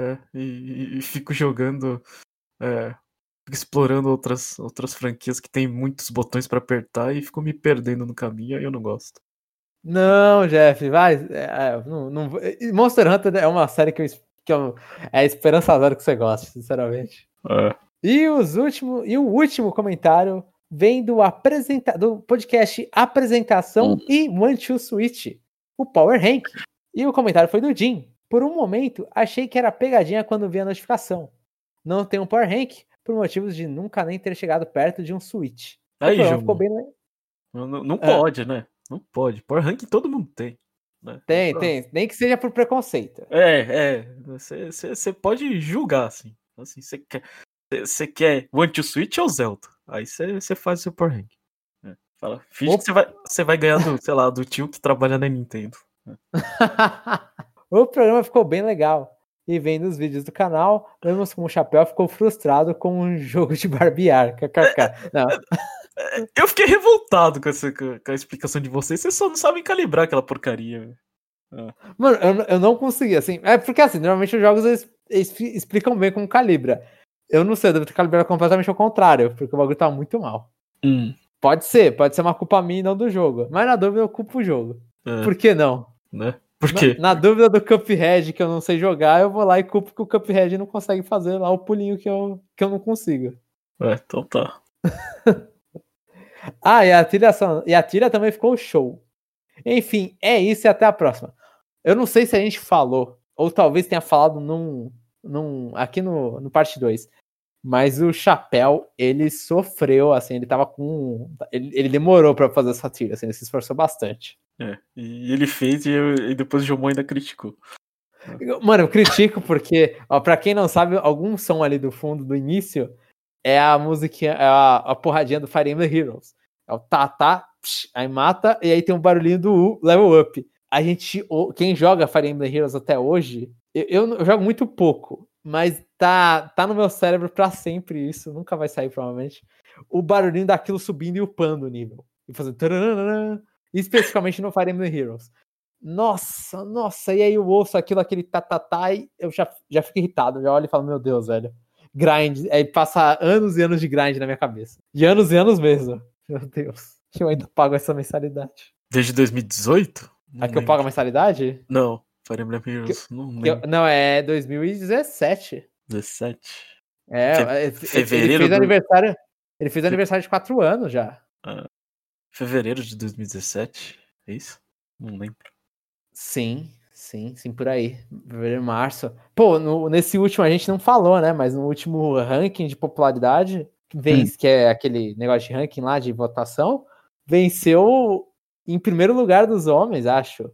E fico jogando, fico explorando outras franquias que tem muitos botões pra apertar e fico me perdendo no caminho, aí eu não gosto. Não, Jeff, vai. Monster Hunter é uma série que é esperançadora que você gosta, sinceramente. E o último comentário vem do podcast Apresentação e One Two Switch, o Power Rank. E o comentário foi do Jim. Por um momento, achei que era pegadinha quando vi a notificação. Não tenho um Power Rank por motivos de nunca nem ter chegado perto de um Switch. Aí, o programa João, ficou bem... não pode, né? Não pode. Power Rank todo mundo tem. Né? Tem. Nem que seja por preconceito. Você pode julgar, assim. Você quer One to Switch ou Zelda? Aí você faz o seu Power Rank. Finge que você vai ganhar sei lá, do tio que trabalha na Nintendo. O programa ficou bem legal. E vendo os vídeos do canal, vemos como o Chapéu ficou frustrado com um jogo de barbear. KKK. Não. Eu fiquei revoltado com a explicação de vocês. Vocês só não sabem calibrar aquela porcaria. Mano, eu não consegui, assim. É porque, assim, normalmente os jogos eles explicam bem como calibra. Eu não sei, eu devo ter calibrado completamente ao contrário, porque o bagulho tá muito mal. Pode ser uma culpa minha e não do jogo. Mas na dúvida eu culpo o jogo. Por que não? Né? Por quê? Na dúvida do Cuphead, que eu não sei jogar, eu vou lá e culpo que o Cuphead não consegue fazer lá o pulinho que eu não consigo. Então tá. E a trilha também ficou show. Enfim, é isso e até a próxima. Eu não sei se a gente falou, ou talvez tenha falado aqui no parte 2, mas o Chapéu, ele sofreu, assim, ele tava com... Ele demorou pra fazer essa trilha, assim, ele se esforçou bastante. E ele fez e depois o Jomon ainda criticou. Mano, eu critico porque, ó, pra quem não sabe, algum som ali do fundo, do início, é a musiquinha, é a porradinha do Fire Emblem Heroes. É o tá, aí mata, e aí tem um barulhinho do level up. Quem joga Fire Emblem Heroes até hoje, eu jogo muito pouco, mas tá no meu cérebro pra sempre isso, nunca vai sair provavelmente. O barulhinho daquilo subindo e upando o nível. E fazendo taranana, especificamente no Fire Emblem Heroes. Nossa, e aí eu ouço aquele tá, e eu já fico irritado, já olho e falo, meu Deus, velho. Grind, aí passa anos e anos de grind na minha cabeça. E anos mesmo. Meu Deus, eu ainda pago essa mensalidade. Desde 2018? Que eu pago a mensalidade? Não, Fire Emblem Heroes, não lembro. Não, é 2017. 17? Fevereiro ele fez aniversário. Ele fez aniversário de 4 anos já. Fevereiro de 2017? É isso? Não lembro. Sim, por aí. Fevereiro, março. Pô, nesse último a gente não falou, né? Mas no último ranking de popularidade, que é aquele negócio de ranking lá de votação, venceu em primeiro lugar dos homens, acho.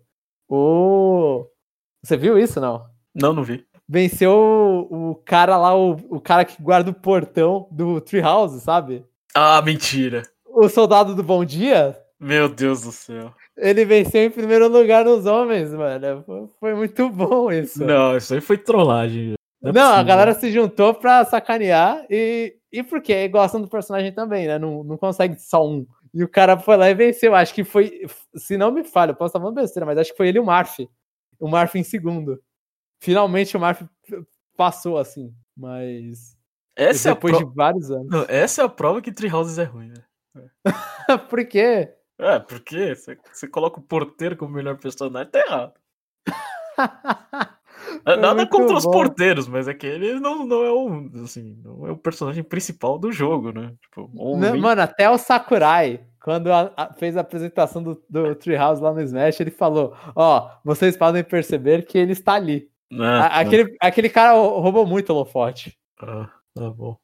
Você viu isso, não? Não vi. Venceu o cara lá, o cara que guarda o portão do Treehouse, sabe? Ah, mentira. O soldado do Bom Dia. Meu Deus do céu. Ele venceu em primeiro lugar nos homens, mano. Foi muito bom isso. Não, isso aí foi trollagem. Não, a galera se juntou pra sacanear e porque gostam do personagem também, né? Não consegue só um. E o cara foi lá e venceu. Acho que foi, se não me falha, eu posso estar falando besteira, mas acho que foi ele e o Marf. O Marf em segundo. Finalmente o Marf passou, assim. Mas depois de vários anos. Não, essa é a prova que Treehouse é ruim, né? Por quê? Porque você coloca o porteiro como melhor personagem, tá errado. Nada contra os porteiros, mas é que ele não é não é o personagem principal do jogo, né? Tipo, Mano, até o Sakurai, quando fez a apresentação do Treehouse lá no Smash, ele falou: vocês podem perceber que ele está ali. Aquele cara roubou muito o holofote. Tá bom.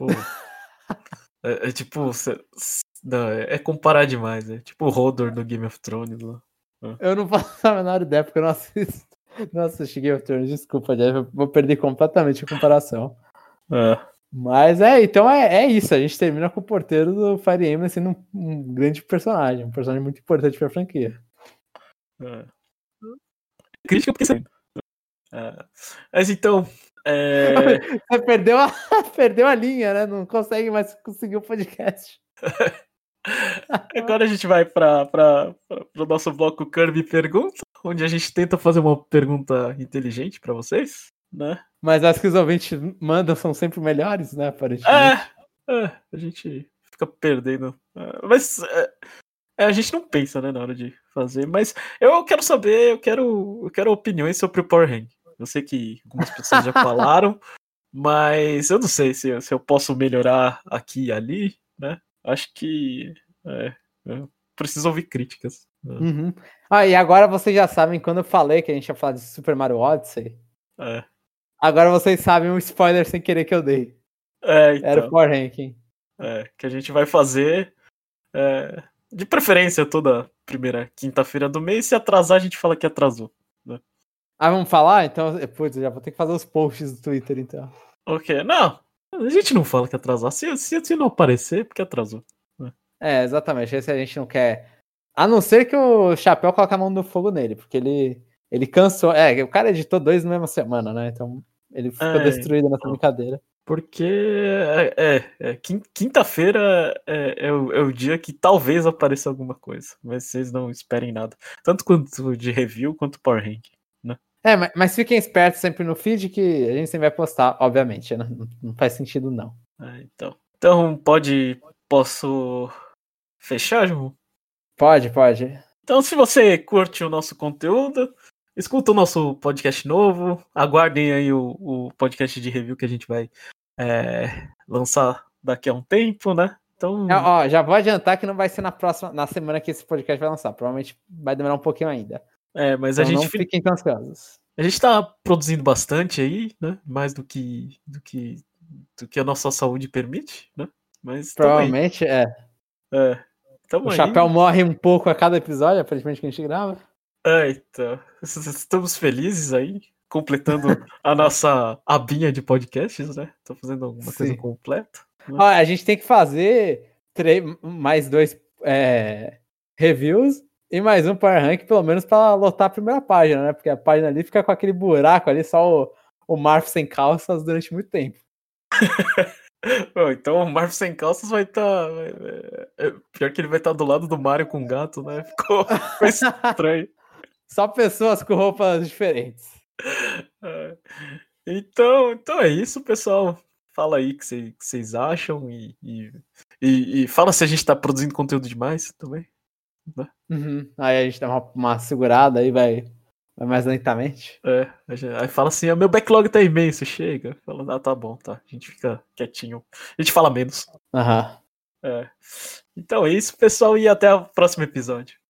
É comparar demais, é tipo o Hodor do Game of Thrones lá. Eu não faço a menor ideia, porque eu não assisto. Não assisti Game of Thrones, desculpa, Jeff, eu vou perder completamente a comparação. Mas então é isso, a gente termina com o porteiro do Fire Emblem sendo um grande personagem, um personagem muito importante pra franquia. Crítica porque você... Mas então... Você perdeu a linha, né? Não consegue mais conseguir o podcast. Agora a gente vai para o nosso bloco Kirby Pergunta, onde a gente tenta fazer uma pergunta inteligente para vocês, né? Mas as que os ouvintes mandam são sempre melhores, né? Aparentemente. A gente fica perdendo. Mas a gente não pensa, né, na hora de fazer. Mas eu quero saber, eu quero opiniões sobre o Power Rank. Eu sei que algumas pessoas já falaram, mas eu não sei se eu posso melhorar aqui e ali, né? Acho que eu preciso ouvir críticas. Uhum. E agora vocês já sabem, quando eu falei que a gente ia falar de Super Mario Odyssey, agora vocês sabem um spoiler sem querer que eu dei. Então, era o Power Ranking. Que a gente vai fazer de preferência toda primeira quinta-feira do mês. Se atrasar, a gente fala que atrasou. Né? Vamos falar? Então, putz, eu já vou ter que fazer os posts do Twitter, então. Ok, não. A gente não fala que atrasar. Se não aparecer, é porque atrasou. Exatamente. Esse a gente não quer. A não ser que o Chapéu coloque a mão no fogo nele, porque ele cansou. O cara editou 2 na mesma semana, né? Então ele ficou destruído nessa brincadeira. Porque quinta-feira é o dia que talvez apareça alguma coisa. Mas vocês não esperem nada. Tanto quanto de review, quanto Power Rank. Né? Mas fiquem espertos sempre no feed que a gente sempre vai postar, obviamente. Não faz sentido, não. Então posso fechar, João? Pode. Então, se você curte o nosso conteúdo, escuta o nosso podcast novo, aguardem aí o podcast de review que a gente vai lançar daqui a um tempo, né? Então... já vou adiantar que não vai ser na semana que esse podcast vai lançar. Provavelmente vai demorar um pouquinho ainda. Mas então não fiquem cansados. A gente tá produzindo bastante aí, né? Mais do que a nossa saúde permite, né? Mas provavelmente o Chapéu morre um pouco a cada episódio, aparentemente, que a gente grava. Então. Estamos felizes aí, completando a nossa abinha de podcasts, né? Tô fazendo alguma coisa completa. Né? A gente tem que fazer mais 2 reviews e mais um Power Rank, pelo menos para lotar a primeira página, né? Porque a página ali fica com aquele buraco ali, só o Marf sem calças durante muito tempo. Então o Marvel sem calças vai estar. Pior que ele vai estar do lado do Mario com gato, né? Ficou estranho. Só pessoas com roupas diferentes. Então é isso, pessoal. Fala aí o que vocês acham e fala se a gente tá produzindo conteúdo demais também. Né? Aí a gente dá uma segurada aí, vai mais lentamente. Aí fala assim, meu backlog tá imenso, chega. Fala, tá bom, tá. A gente fica quietinho. A gente fala menos. Aham. Então é isso, pessoal, e até o próximo episódio.